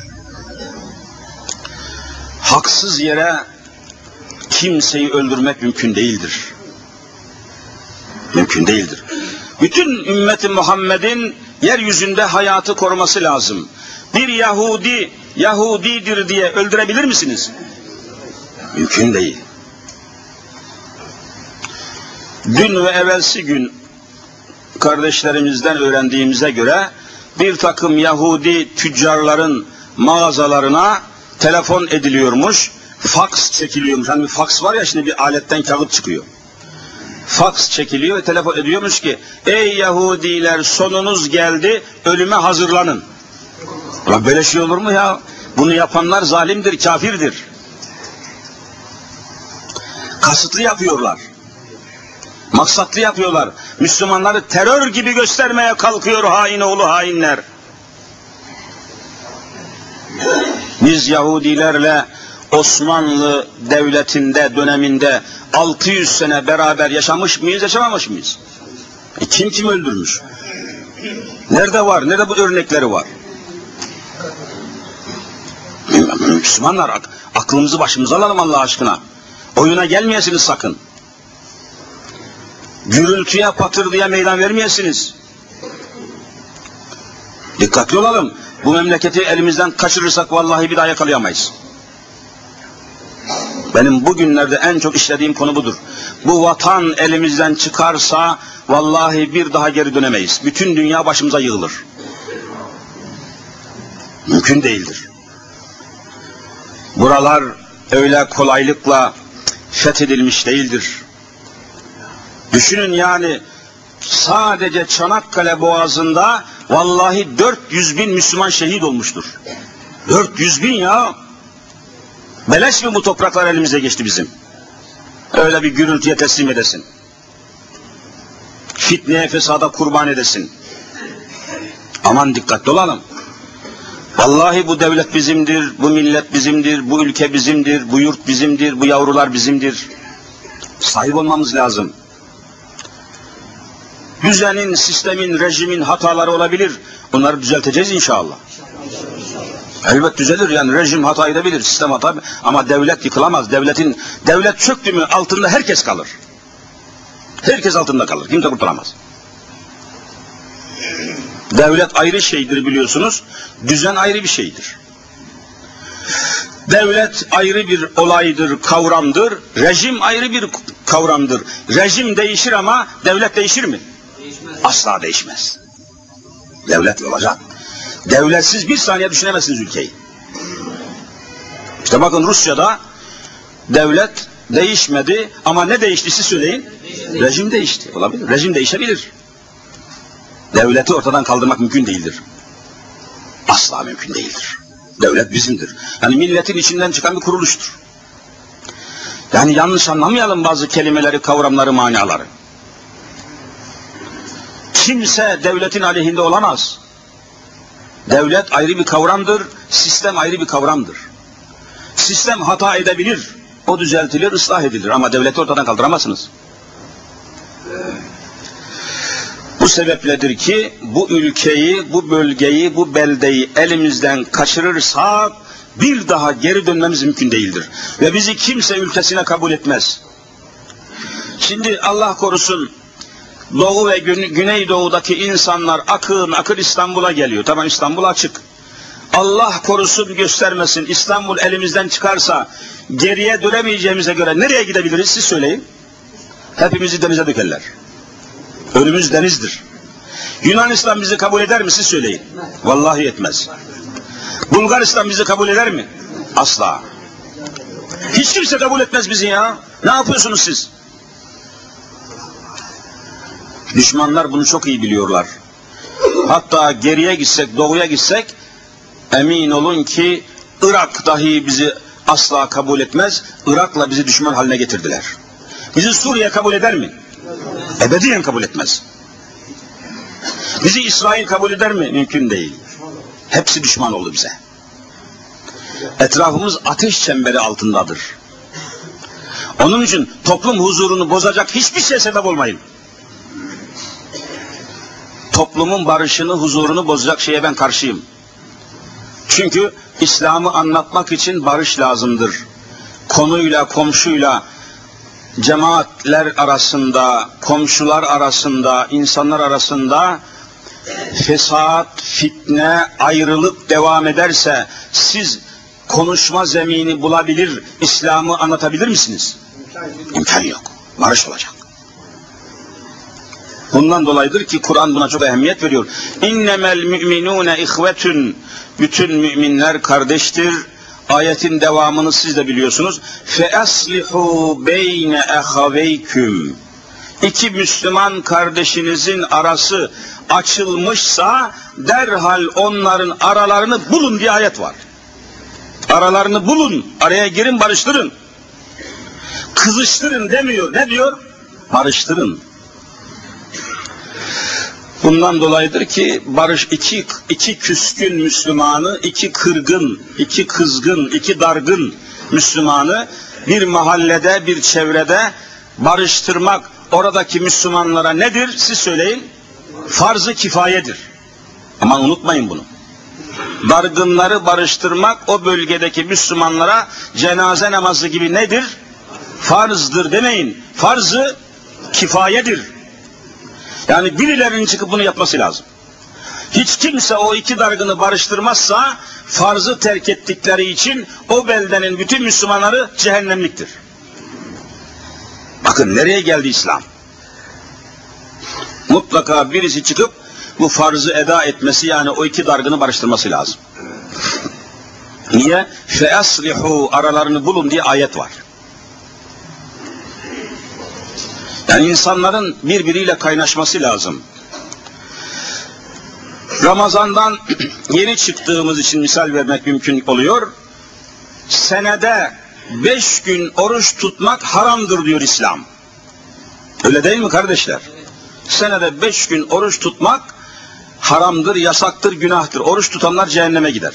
A: Haksız yere kimseyi öldürmek mümkün değildir. Mümkün değildir. Bütün ümmeti Muhammed'in yeryüzünde hayatı koruması lazım. Bir Yahudi, Yahudidir diye öldürebilir misiniz? Mümkün değil. Dün ve evvelsi gün kardeşlerimizden öğrendiğimize göre bir takım Yahudi tüccarların mağazalarına telefon ediliyormuş, faks çekiliyormuş. Hani bir faks var ya, şimdi bir aletten kağıt çıkıyor. Faks çekiliyor ve telefon ediyormuş ki ey Yahudiler, sonunuz geldi, ölüme hazırlanın. Ulan böyle şey olur mu ya? Bunu yapanlar zalimdir, kafirdir. Kasıtlı yapıyorlar. Maksatlı yapıyorlar. Müslümanları terör gibi göstermeye kalkıyor hain oğlu hainler. Biz Yahudilerle Osmanlı Devleti'nde, döneminde altı yüz sene beraber yaşamış mıyız, yaşamamış mıyız? E kim kim öldürmüş? Nerede var? Nerede bu örnekleri var? Müslümanlar, ak aklımızı başımıza alalım Allah aşkına. Oyuna gelmeyesiniz sakın. Gürültüye, patırdıya meydan vermeyesiniz. Dikkatli olalım. Bu memleketi elimizden kaçırırsak vallahi bir daha yakalayamayız. Benim bugünlerde en çok işlediğim konu budur. Bu vatan elimizden çıkarsa vallahi bir daha geri dönemeyiz. Bütün dünya başımıza yığılır. Mümkün değildir. Buralar öyle kolaylıkla fethedilmiş değildir. Düşünün yani, sadece Çanakkale Boğazı'nda vallahi dört yüz bin Müslüman şehit olmuştur. dört yüz bin ya! Beleş mi bu topraklar elimize geçti bizim? Öyle bir gürültüye teslim edesin. Fitneye, fesada kurban edesin. Aman dikkatli olalım. Vallahi bu devlet bizimdir, bu millet bizimdir, bu ülke bizimdir, bu yurt bizimdir, bu yavrular bizimdir. Sahip olmamız lazım. Düzenin, sistemin, rejimin hataları olabilir. Bunları düzelteceğiz inşallah. Elbet düzelir, yani rejim hata edebilir, sistem hata, ama devlet yıkılamaz. Devletin, devlet çöktü mü altında herkes kalır. Herkes altında kalır, kimse kurtulamaz. Devlet ayrı şeydir biliyorsunuz, düzen ayrı bir şeydir. Devlet ayrı bir olaydır, kavramdır, rejim ayrı bir kavramdır. Rejim değişir ama devlet değişir mi? Değişmez. Asla değişmez. Devlet olacak. Devletsiz bir saniye düşünemezsiniz ülkeyi. İşte bakın Rusya'da devlet değişmedi ama ne değişti siz söyleyin? Rejim, Rejim değişti. Olabilir. Rejim değişebilir. Devleti ortadan kaldırmak mümkün değildir. Asla mümkün değildir. Devlet bizimdir. Yani milletin içinden çıkan bir kuruluştur. Yani yanlış anlamayalım bazı kelimeleri, kavramları, manaları. Kimse devletin aleyhinde olamaz. Devlet ayrı bir kavramdır, sistem ayrı bir kavramdır. Sistem hata edebilir, o düzeltilir, ıslah edilir ama devleti ortadan kaldıramazsınız. Bu sebepledir ki bu ülkeyi, bu bölgeyi, bu beldeyi elimizden kaçırırsak bir daha geri dönmemiz mümkün değildir. Ve bizi kimse ülkesine kabul etmez. Şimdi Allah korusun Doğu ve Gün Güneydoğu'daki insanlar akın akın İstanbul'a geliyor. Tamam, İstanbul açık. Allah korusun göstermesin, İstanbul elimizden çıkarsa geriye dönemeyeceğimize göre nereye gidebiliriz siz söyleyin. Hepimizi denize dökerler. Önümüz denizdir. Yunanistan bizi kabul eder mi siz söyleyin. Vallahi etmez. Bulgaristan bizi kabul eder mi? Asla. Hiç kimse kabul etmez bizi ya. Ne yapıyorsunuz siz? Düşmanlar bunu çok iyi biliyorlar. Hatta geriye gitsek, doğuya gitsek emin olun ki Irak dahi bizi asla kabul etmez. Irak'la bizi düşman haline getirdiler. Bizi Suriye kabul eder mi? Ebediyen kabul etmez. Bizi İsrail kabul eder mi? Mümkün değil. Hepsi düşman oldu bize. Etrafımız ateş çemberi altındadır. Onun için toplum huzurunu bozacak hiçbir şeye sebep olmayın. Toplumun barışını, huzurunu bozacak şeye ben karşıyım. Çünkü İslam'ı anlatmak için barış lazımdır. Konuyla, komşuyla, cemaatler arasında, komşular arasında, insanlar arasında fesat, fitne, ayrılık devam ederse siz konuşma zemini bulabilir, İslam'ı anlatabilir misiniz? İmkan yok. Barış olacak. Bundan dolayıdır ki Kur'an buna çok ehemmiyet veriyor. İnnemel müminune ihvetun. Bütün müminler kardeştir. Ayetin devamını siz de biliyorsunuz. Fe aslihu beyne ehaveyküm. İki Müslüman kardeşinizin arası açılmışsa derhal onların aralarını bulun diye ayet var. Aralarını bulun, araya girin, barıştırın. Kızıştırın demiyor. Ne diyor? Barıştırın. Bundan dolayıdır ki barış iki, iki küskün Müslümanı, iki kırgın, iki kızgın, iki dargın Müslümanı bir mahallede, bir çevrede barıştırmak oradaki Müslümanlara nedir? Siz söyleyin. Farz-ı kifayedir. Aman unutmayın bunu. Dargınları barıştırmak o bölgedeki Müslümanlara cenaze namazı gibi nedir? Farzdır demeyin. Farz-ı kifayedir. Yani birilerinin çıkıp bunu yapması lazım. Hiç kimse o iki dargını barıştırmazsa farzı terk ettikleri için o beldenin bütün Müslümanları cehennemliktir. Bakın nereye geldi İslam. Mutlaka birisi çıkıp bu farzı eda etmesi, yani o iki dargını barıştırması lazım. Niye? Fe aslihu, aralarını bulun diye ayet var. Yani insanların birbiriyle kaynaşması lazım. Ramazan'dan yeni çıktığımız için misal vermek mümkün oluyor. Senede beş gün oruç tutmak haramdır diyor İslam. Öyle değil mi kardeşler? Senede beş gün oruç tutmak haramdır, yasaktır, günahtır. Oruç tutanlar cehenneme gider.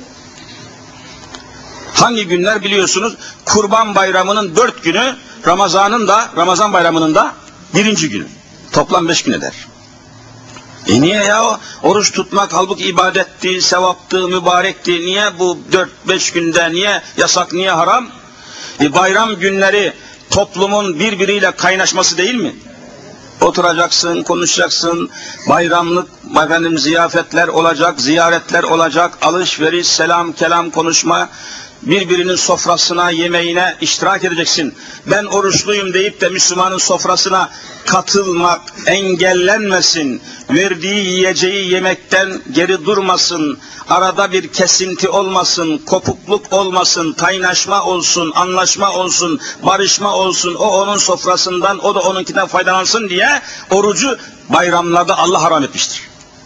A: Hangi günler biliyorsunuz? Kurban Bayramı'nın dört günü, Ramazan'ın da, Ramazan Bayramı'nın da birinci günü. Toplam beş gün eder. E niye ya o? Oruç tutmak halbuki ibadetti, sevaptı, mübarekti. Niye bu dört beş günde, niye yasak, niye haram? E bayram günleri toplumun birbiriyle kaynaşması değil mi? Oturacaksın, konuşacaksın, bayramlık efendim ziyafetler olacak, ziyaretler olacak, alışveriş, selam, kelam, konuşma, birbirinin sofrasına, yemeğine iştirak edeceksin. Ben oruçluyum deyip de Müslümanın sofrasına katılmak engellenmesin. Verdiği yiyeceği yemekten geri durmasın. Arada bir kesinti olmasın, kopukluk olmasın, kaynaşma olsun, anlaşma olsun, barışma olsun. O onun sofrasından, o da onunkinden faydalansın diye orucu bayramlarda Allah haram etmiştir.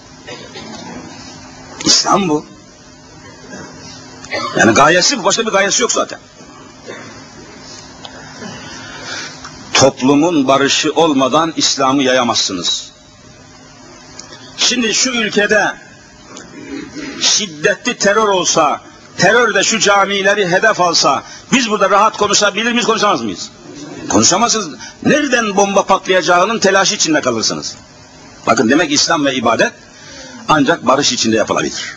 A: İslam bu. Yani gayesi bu, başka bir gayesi yok zaten. Toplumun barışı olmadan İslam'ı yayamazsınız. Şimdi şu ülkede şiddetli terör olsa, terör de şu camileri hedef alsa, biz burada rahat konuşabilir miyiz, konuşamaz mıyız? Konuşamazsınız. Nereden bomba patlayacağının telaşı içinde kalırsınız. Bakın, demek İslam ve ibadet ancak barış içinde yapılabilir.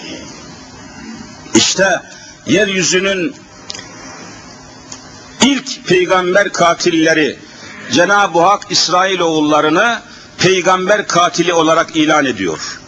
A: İşte yeryüzünün ilk peygamber katilleri Cenab-ı Hak İsrailoğullarını peygamber katili olarak ilan ediyor.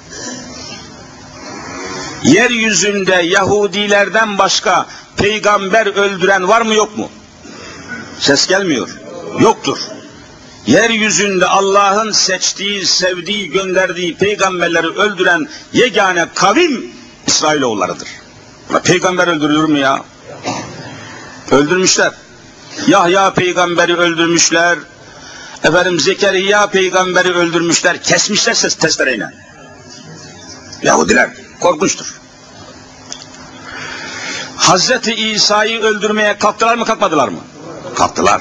A: Yeryüzünde Yahudilerden başka peygamber öldüren var mı, yok mu? Ses gelmiyor. Yoktur. Yeryüzünde Allah'ın seçtiği, sevdiği, gönderdiği peygamberleri öldüren yegane kavim İsrailoğullarıdır. Peygamber öldürülür mü ya? Öldürmüşler. Yahya peygamberi öldürmüşler. Efendim Zekeriya peygamberi öldürmüşler. Kesmişler ses testereyle. Yahudiler korkunçtur. Hazreti İsa'yı öldürmeye kalktılar mı, kalkmadılar mı? Kalktılar.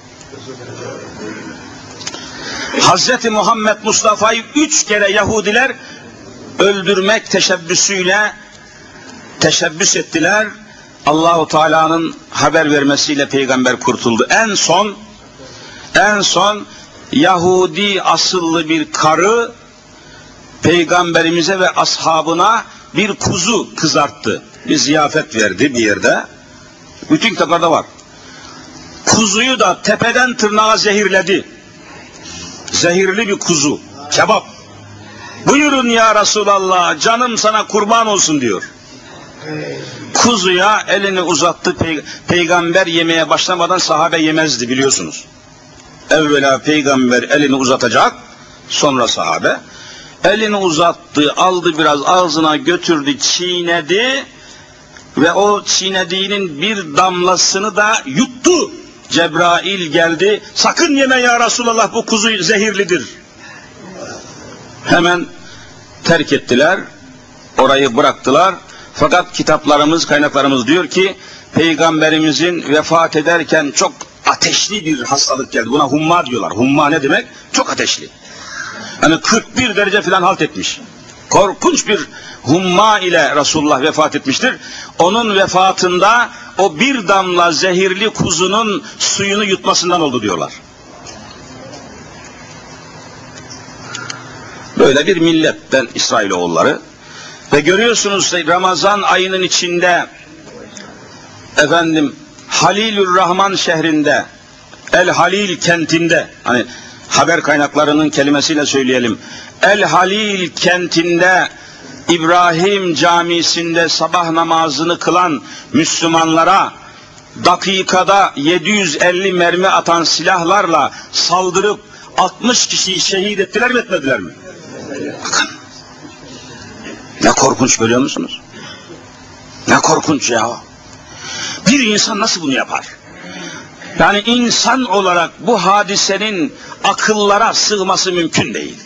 A: Hazreti Muhammed Mustafa'yı üç kere Yahudiler öldürmek teşebbüsüyle teşebbüs ettiler. Allahu Teala'nın haber vermesiyle peygamber kurtuldu. En son en son Yahudi asıllı bir karı peygamberimize ve ashabına bir kuzu kızarttı. Bir ziyafet verdi bir yerde. Bütün kitaplarda var. Kuzuyu da tepeden tırnağa zehirledi. Zehirli bir kuzu, kebap. Buyurun ya Resulallah, canım sana kurban olsun diyor. Kuzuya elini uzattı. Pey- peygamber yemeye başlamadan sahabe yemezdi, biliyorsunuz. Evvela peygamber elini uzatacak, sonra sahabe. Elini uzattı, aldı, biraz ağzına götürdü, çiğnedi ve o çiğnediğinin bir damlasını da yuttu. Cebrail geldi, sakın yeme ya Resulallah, bu kuzu zehirlidir. Hemen terk ettiler, orayı bıraktılar. Fakat kitaplarımız, kaynaklarımız diyor ki peygamberimizin vefat ederken çok ateşli bir hastalık geldi. Buna humma diyorlar. Humma ne demek? Çok ateşli. Yani kırk bir derece falan halt etmiş. Korkunç bir humma ile Resulullah vefat etmiştir. Onun vefatında o bir damla zehirli kuzunun suyunu yutmasından oldu diyorlar. Böyle bir milletten İsrailoğulları. Ve görüyorsunuz Ramazan ayının içinde efendim Halilur Rahman şehrinde, El Halil kentinde, hani haber kaynaklarının kelimesiyle söyleyelim, El Halil kentinde İbrahim camisinde sabah namazını kılan Müslümanlara dakikada yedi yüz elli mermi atan silahlarla saldırıp altmış kişiyi şehit ettiler mi, etmediler mi? Bakın. Ne korkunç, görüyor musunuz? Ne korkunç ya. Bir insan nasıl bunu yapar? Yani insan olarak bu hadisenin akıllara sığması mümkün değil.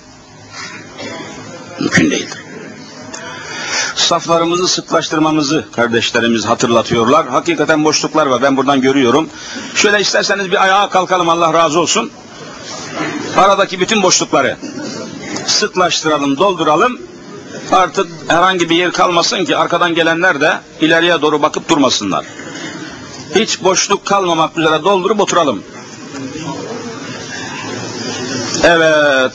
A: Mümkün değildir. Saflarımızı sıklaştırmamızı kardeşlerimiz hatırlatıyorlar. Hakikaten boşluklar var, ben buradan görüyorum. Şöyle isterseniz bir ayağa kalkalım, Allah razı olsun. Aradaki bütün boşlukları sıklaştıralım, dolduralım. Artık herhangi bir yer kalmasın ki arkadan gelenler de ileriye doğru bakıp durmasınlar. Hiç boşluk kalmamak üzere doldurup oturalım. Evet.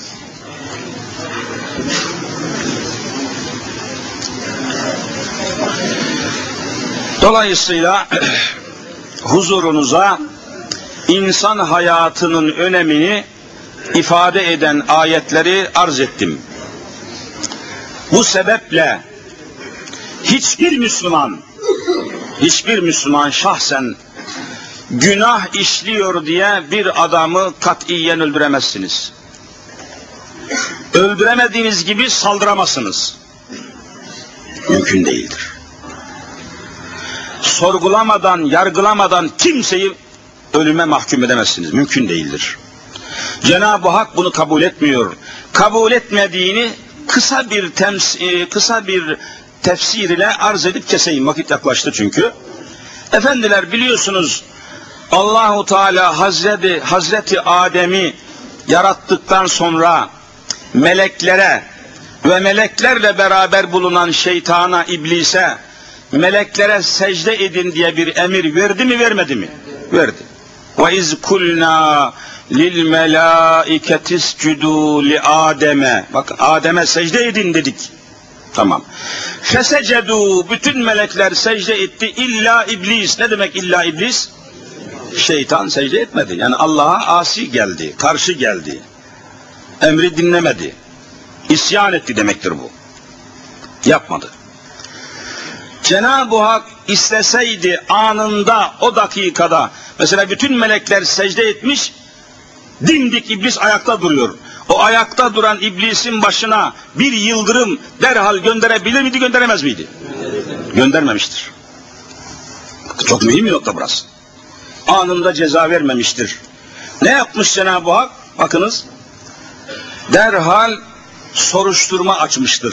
A: Dolayısıyla huzurunuza insan hayatının önemini ifade eden ayetleri arz ettim. Bu sebeple hiçbir Müslüman, hiçbir Müslüman şahsen günah işliyor diye bir adamı katiyen öldüremezsiniz. Öldüremediğiniz gibi saldıramazsınız. Mümkün değildir. Sorgulamadan, yargılamadan kimseyi ölüme mahkum edemezsiniz. Mümkün değildir. Cenab-ı Hak bunu kabul etmiyor. Kabul etmediğini kısa bir tems kısa bir tefsir ile arz edip keseyim. Vakit yaklaştı çünkü. Efendiler, biliyorsunuz Allahu Teala Hazreti Hazreti Adem'i yarattıktan sonra meleklere ve meleklerle beraber bulunan şeytana, iblise, meleklere secde edin diye bir emir verdi mi, vermedi mi? Verdi. Ve iz kulna lil melaiketi iscudu li Adem'e. Bak, Adem'e secde edin dedik. Tamam. Fesecedu, bütün melekler secde etti illa iblis. Ne demek illa iblis? Şeytan secde etmedi. Yani Allah'a asi geldi, karşı geldi. Emri dinlemedi. İsyan etti demektir bu. Yapmadı. Cenab-ı Hak isteseydi anında, o dakikada, mesela bütün melekler secde etmiş, dimdik iblis ayakta duruyor. O ayakta duran iblisin başına bir yıldırım derhal gönderebilir miydi, gönderemez miydi? Göndermemiştir. Çok mühim bir nokta burası. Anında ceza vermemiştir. Ne yapmış Cenab-ı Hak? Bakınız, derhal soruşturma açmıştır.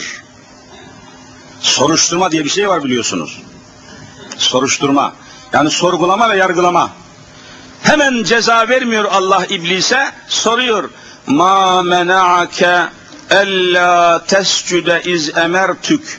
A: Soruşturma diye bir şey var, biliyorsunuz. Soruşturma. Yani sorgulama ve yargılama. Hemen ceza vermiyor Allah iblise, soruyor. Ma mena'ake ella tescude iz emertük.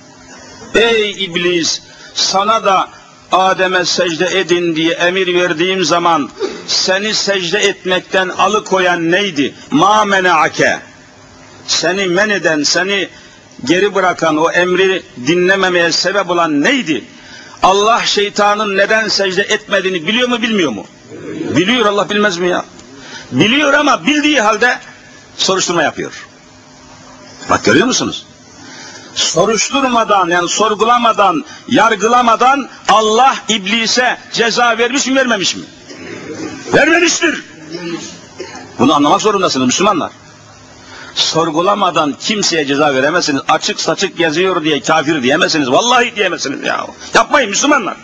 A: Ey iblis, sana da Adem'e secde edin diye emir verdiğim zaman seni secde etmekten alıkoyan neydi? Ma mena'ake. Seni men eden, seni geri bırakan, o emri dinlememeye sebep olan neydi? Allah şeytanın neden secde etmediğini biliyor mu, bilmiyor mu? Biliyor, Allah bilmez mi ya? Biliyor ama bildiği halde soruşturma yapıyor. Bak, görüyor musunuz? Soruşturmadan, yani sorgulamadan, yargılamadan Allah iblise ceza vermiş mi, vermemiş mi? Vermemiştir. Bunu anlamak zorundasınız Müslümanlar. Sorgulamadan kimseye ceza veremezsiniz. Açık saçık geziyor diye kafir diyemezsiniz. Vallahi diyemezsiniz ya. Yapmayın Müslümanlar.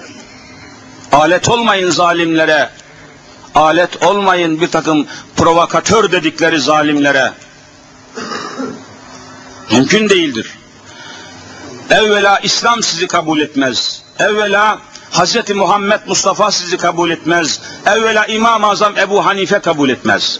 A: Alet olmayın zalimlere. Alet olmayın bir takım provokatör dedikleri zalimlere. Mümkün değildir. Evvela İslam sizi kabul etmez. Evvela Hazreti Muhammed Mustafa sizi kabul etmez. Evvela İmam-ı Azam Ebu Hanife kabul etmez.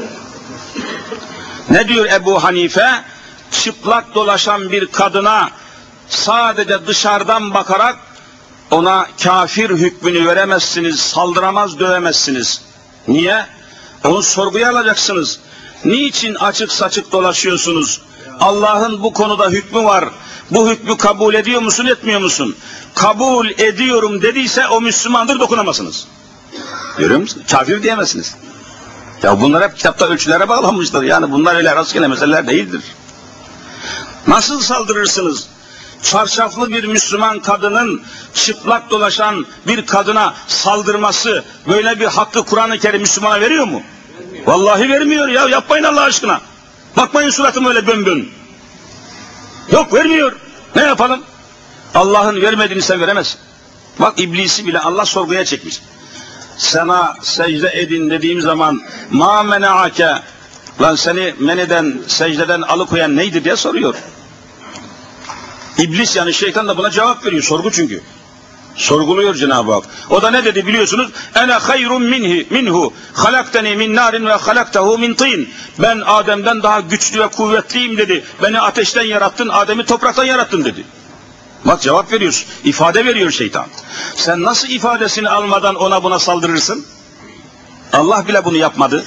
A: Ne diyor Ebu Hanife? Çıplak dolaşan bir kadına sadece dışarıdan bakarak ona kafir hükmünü veremezsiniz, saldıramaz, dövemezsiniz. Niye? Onu sorguya alacaksınız. Niçin açık saçık dolaşıyorsunuz? Allah'ın bu konuda hükmü var. Bu hükmü kabul ediyor musun, etmiyor musun? Kabul ediyorum dediyse o Müslümandır, dokunamazsınız. Görüyor musunuz? Kafir diyemezsiniz. Ya bunlar hep kitapta ölçülere bağlanmıştır. Yani bunlar öyle rastgele meseleler değildir. Nasıl saldırırsınız? Çarşaflı bir Müslüman kadının çıplak dolaşan bir kadına saldırması böyle bir hakkı Kur'an-ı Kerim Müslümana veriyor mu? Vallahi vermiyor ya. Yapmayın Allah aşkına. Bakmayın suratım öyle bön bön. Yok, vermiyor. Ne yapalım? Allah'ın vermediğini sen veremezsin. Bak, iblisi bile Allah sorguya çekmiş. Sana secde edin dediğim zaman ma mena'ake, lan seni men eden, secdeden alıkoyan neydi diye soruyor. İblis, yani şeytan da buna cevap veriyor. Sorgu çünkü. Sorguluyor Cenab-ı Hak. O da ne dedi biliyorsunuz? Ene hayrun minhi minhu halakteni min narin ve halaktehu min tin. Ben Adem'den daha güçlü ve kuvvetliyim dedi. Beni ateşten yarattın, Adem'i topraktan yarattın dedi. Bak, cevap veriyorsun. İfade veriyor şeytan. Sen nasıl ifadesini almadan ona buna saldırırsın? Allah bile bunu yapmadı.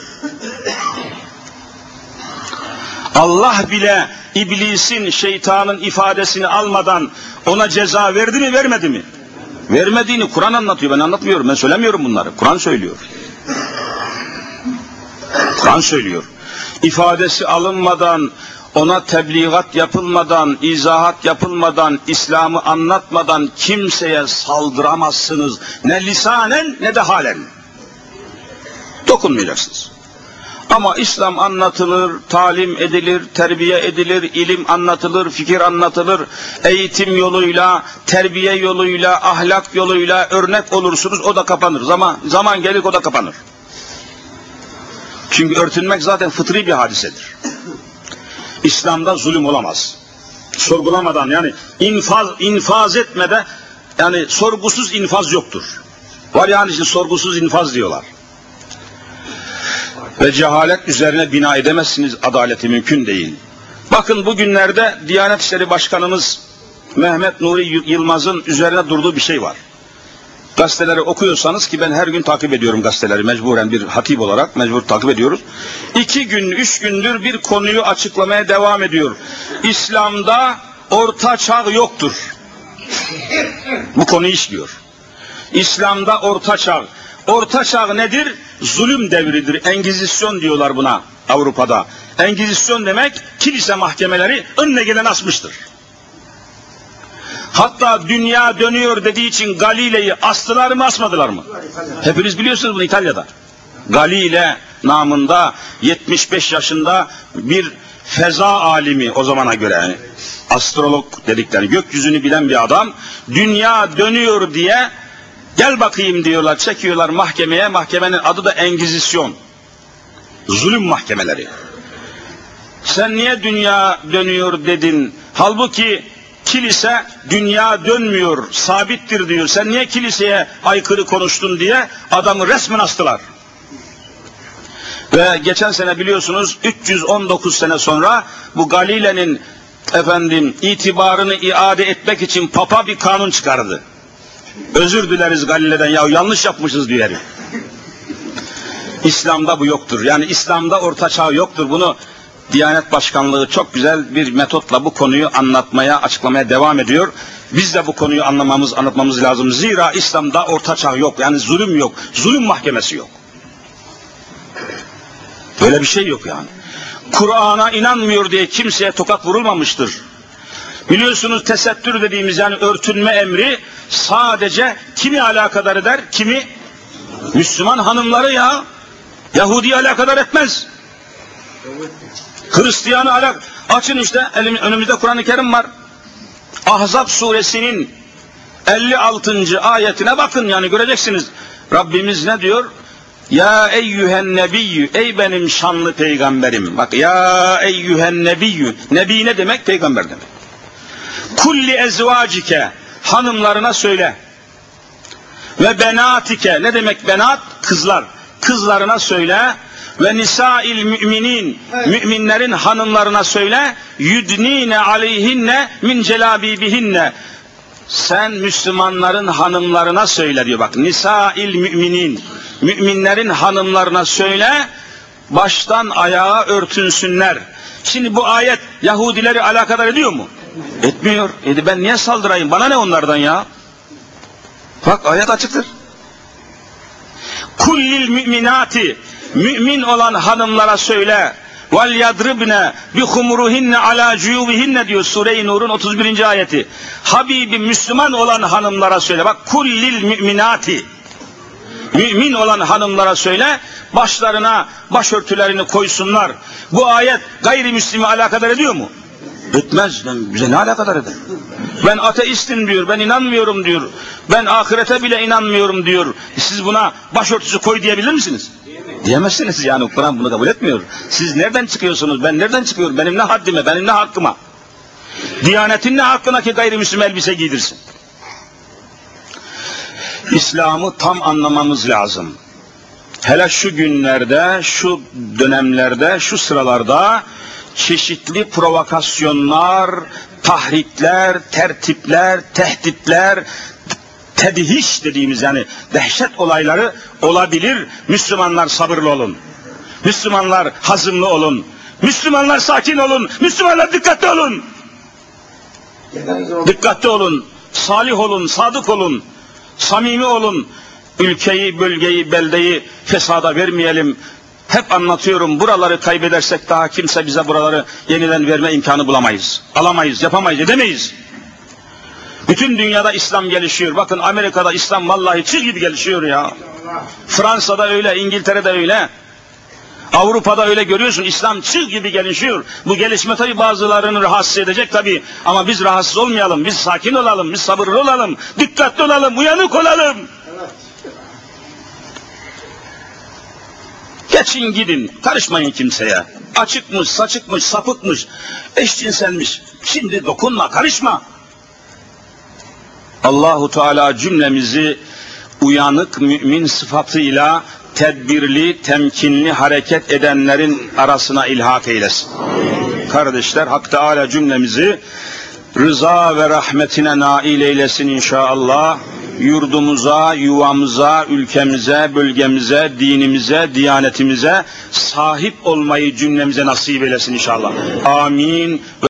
A: Allah bile iblisin, şeytanın ifadesini almadan ona ceza verdi mi, vermedi mi? Vermediğini Kur'an anlatıyor, ben anlatmıyorum, ben söylemiyorum bunları. Kur'an söylüyor. Kur'an söylüyor. İfadesi alınmadan ona tebliğat yapılmadan, izahat yapılmadan, İslam'ı anlatmadan kimseye saldıramazsınız. Ne lisanen ne de halen. Dokunmayacaksınız. Ama İslam anlatılır, talim edilir, terbiye edilir, ilim anlatılır, fikir anlatılır, eğitim yoluyla, terbiye yoluyla, ahlak yoluyla örnek olursunuz, o da kapanır. Zaman, zaman gelir o da kapanır. Çünkü örtünmek zaten fıtri bir hadisedir. İslam'da zulüm olamaz. Sorgulamadan, yani infaz, infaz etmede, yani sorgusuz infaz yoktur. Var yani işte sorgusuz infaz diyorlar. Ve cehalet üzerine bina edemezsiniz, adaleti mümkün değil. Bakın bugünlerde Diyanet İşleri Başkanımız Mehmet Nuri Yılmaz'ın üzerine durduğu bir şey var. Gazeteleri okuyorsanız, ki ben her gün takip ediyorum gazeteleri, mecburen bir hatip olarak mecbur takip ediyoruz. İki gün, üç gündür bir konuyu açıklamaya devam ediyor. İslam'da orta çağ yoktur. Bu konuyu işliyor. İslam'da orta çağ. Orta çağ nedir? Zulüm devridir. Engizisyon diyorlar buna Avrupa'da. Engizisyon demek kilise mahkemeleri önüne gelen asmıştır. Hatta dünya dönüyor dediği için Galile'yi astılar mı asmadılar mı? Hepiniz biliyorsunuz bunu, İtalya'da. Galile namında yetmiş beş yaşında bir feza alimi, o zamana göre yani astrolog dedikleri, gökyüzünü bilen bir adam, dünya dönüyor diye gel bakayım diyorlar, çekiyorlar mahkemeye. Mahkemenin adı da Engizisyon. Zulüm mahkemeleri. Sen niye dünya dönüyor dedin? Halbuki kilise dünya dönmüyor, sabittir diyor. Sen niye kiliseye aykırı konuştun diye adamı resmen astılar. Ve geçen sene biliyorsunuz üç yüz on dokuz sene sonra bu Galile'nin efendim itibarını iade etmek için Papa bir kanun çıkardı. Özür dileriz Galile'den, ya yanlış yapmışız diyor herif. İslam'da bu yoktur. Yani İslam'da orta çağ yoktur. Bunu Diyanet Başkanlığı çok güzel bir metotla bu konuyu anlatmaya, açıklamaya devam ediyor. Biz de bu konuyu anlamamız, anlatmamız lazım. Zira İslam'da orta çağ yok. Yani zulüm yok. Zulüm mahkemesi yok. Böyle bir şey yok yani. Kur'an'a inanmıyor diye kimseye tokat vurulmamıştır. Biliyorsunuz tesettür dediğimiz, yani örtünme emri sadece kimi alakadar eder? Kimi? Müslüman hanımları ya. Yahudi'yi alakadar etmez. Hristiyanı alak. Açın işte, elim, önümüzde Kur'an-ı Kerim var. Ahzab suresinin elli altıncı ayetine bakın, yani göreceksiniz. Rabbimiz ne diyor? Ya eyyühen nebiyyü, ey benim şanlı peygamberim. Bak, ya eyyühen nebiyyü. Nebi ne demek? Peygamber demek. Kulli ezvacike, hanımlarına söyle. Ve benatike, ne demek benat? Kızlar. Kızlarına söyle. Ve nisail müminin, müminlerin hanımlarına söyle. Yudnine aleyhinne min celabibihinne. Sen Müslümanların hanımlarına söyle diyor. Bak, nisail müminin, müminlerin hanımlarına söyle, baştan ayağa örtünsünler. Şimdi bu ayet Yahudileri alakadar ediyor mu? Etmiyor. E ben niye saldırayım? Bana ne onlardan ya? Bak, ayet açıktır. Kullil müminati, mümin olan hanımlara söyle. Vel yadribne bi humruhinne ala cuyubihinne diyor Sure-i Nur'un otuz birinci ayeti. Habibi Müslüman olan hanımlara söyle. Bak, kullil müminati, mümin olan hanımlara söyle, başlarına başörtülerini koysunlar. Bu ayet gayrimüslimi alakadar ediyor mu? Etmez. Bize ne alakadar eder? Ben ateistim diyor, ben inanmıyorum diyor, ben ahirete bile inanmıyorum diyor. Siz buna başörtüsü koy diyebilir misiniz? Diyemezsiniz, yani Kur'an bunu kabul etmiyor. Siz nereden çıkıyorsunuz? Ben nereden çıkıyorum? Benim ne haddime, benim ne hakkıma? Diyanetin ne hakkına ki gayrimüslim elbise giydirsin? İslam'ı tam anlamamız lazım. Hele şu günlerde, şu dönemlerde, şu sıralarda çeşitli provokasyonlar, tahrikler, tertipler, tehditler, tedhiş dediğimiz, yani dehşet olayları olabilir. Müslümanlar sabırlı olun. Müslümanlar hazımlı olun. Müslümanlar sakin olun. Müslümanlar dikkatli olun. Dikkatli olun. Salih olun, sadık olun. Samimi olun. Ülkeyi, bölgeyi, beldeyi fesada vermeyelim. Hep anlatıyorum, buraları kaybedersek daha kimse bize buraları yeniden verme imkanı bulamayız. Alamayız, yapamayız, edemeyiz. Bütün dünyada İslam gelişiyor. Bakın Amerika'da İslam vallahi çığ gibi gelişiyor ya. Fransa'da öyle, İngiltere'de öyle. Avrupa'da öyle, görüyorsun, İslam çığ gibi gelişiyor. Bu gelişme tabi bazılarını rahatsız edecek tabi. Ama biz rahatsız olmayalım, biz sakin olalım, biz sabırlı olalım, dikkatli olalım, uyanık olalım. Geçin gidin, karışmayın kimseye. Açıkmış, saçıkmış, sapıkmış, eşcinselmiş. Şimdi dokunma, karışma. Allahu Teala cümlemizi uyanık mümin sıfatıyla tedbirli, temkinli hareket edenlerin arasına ilhak eylesin. Kardeşler, Hak Teala cümlemizi rıza ve rahmetine nail eylesin inşallah. Yurdumuza, yuvamıza, ülkemize, bölgemize, dinimize, diyanetimize sahip olmayı cümlemize nasip eylesin inşallah. Amin.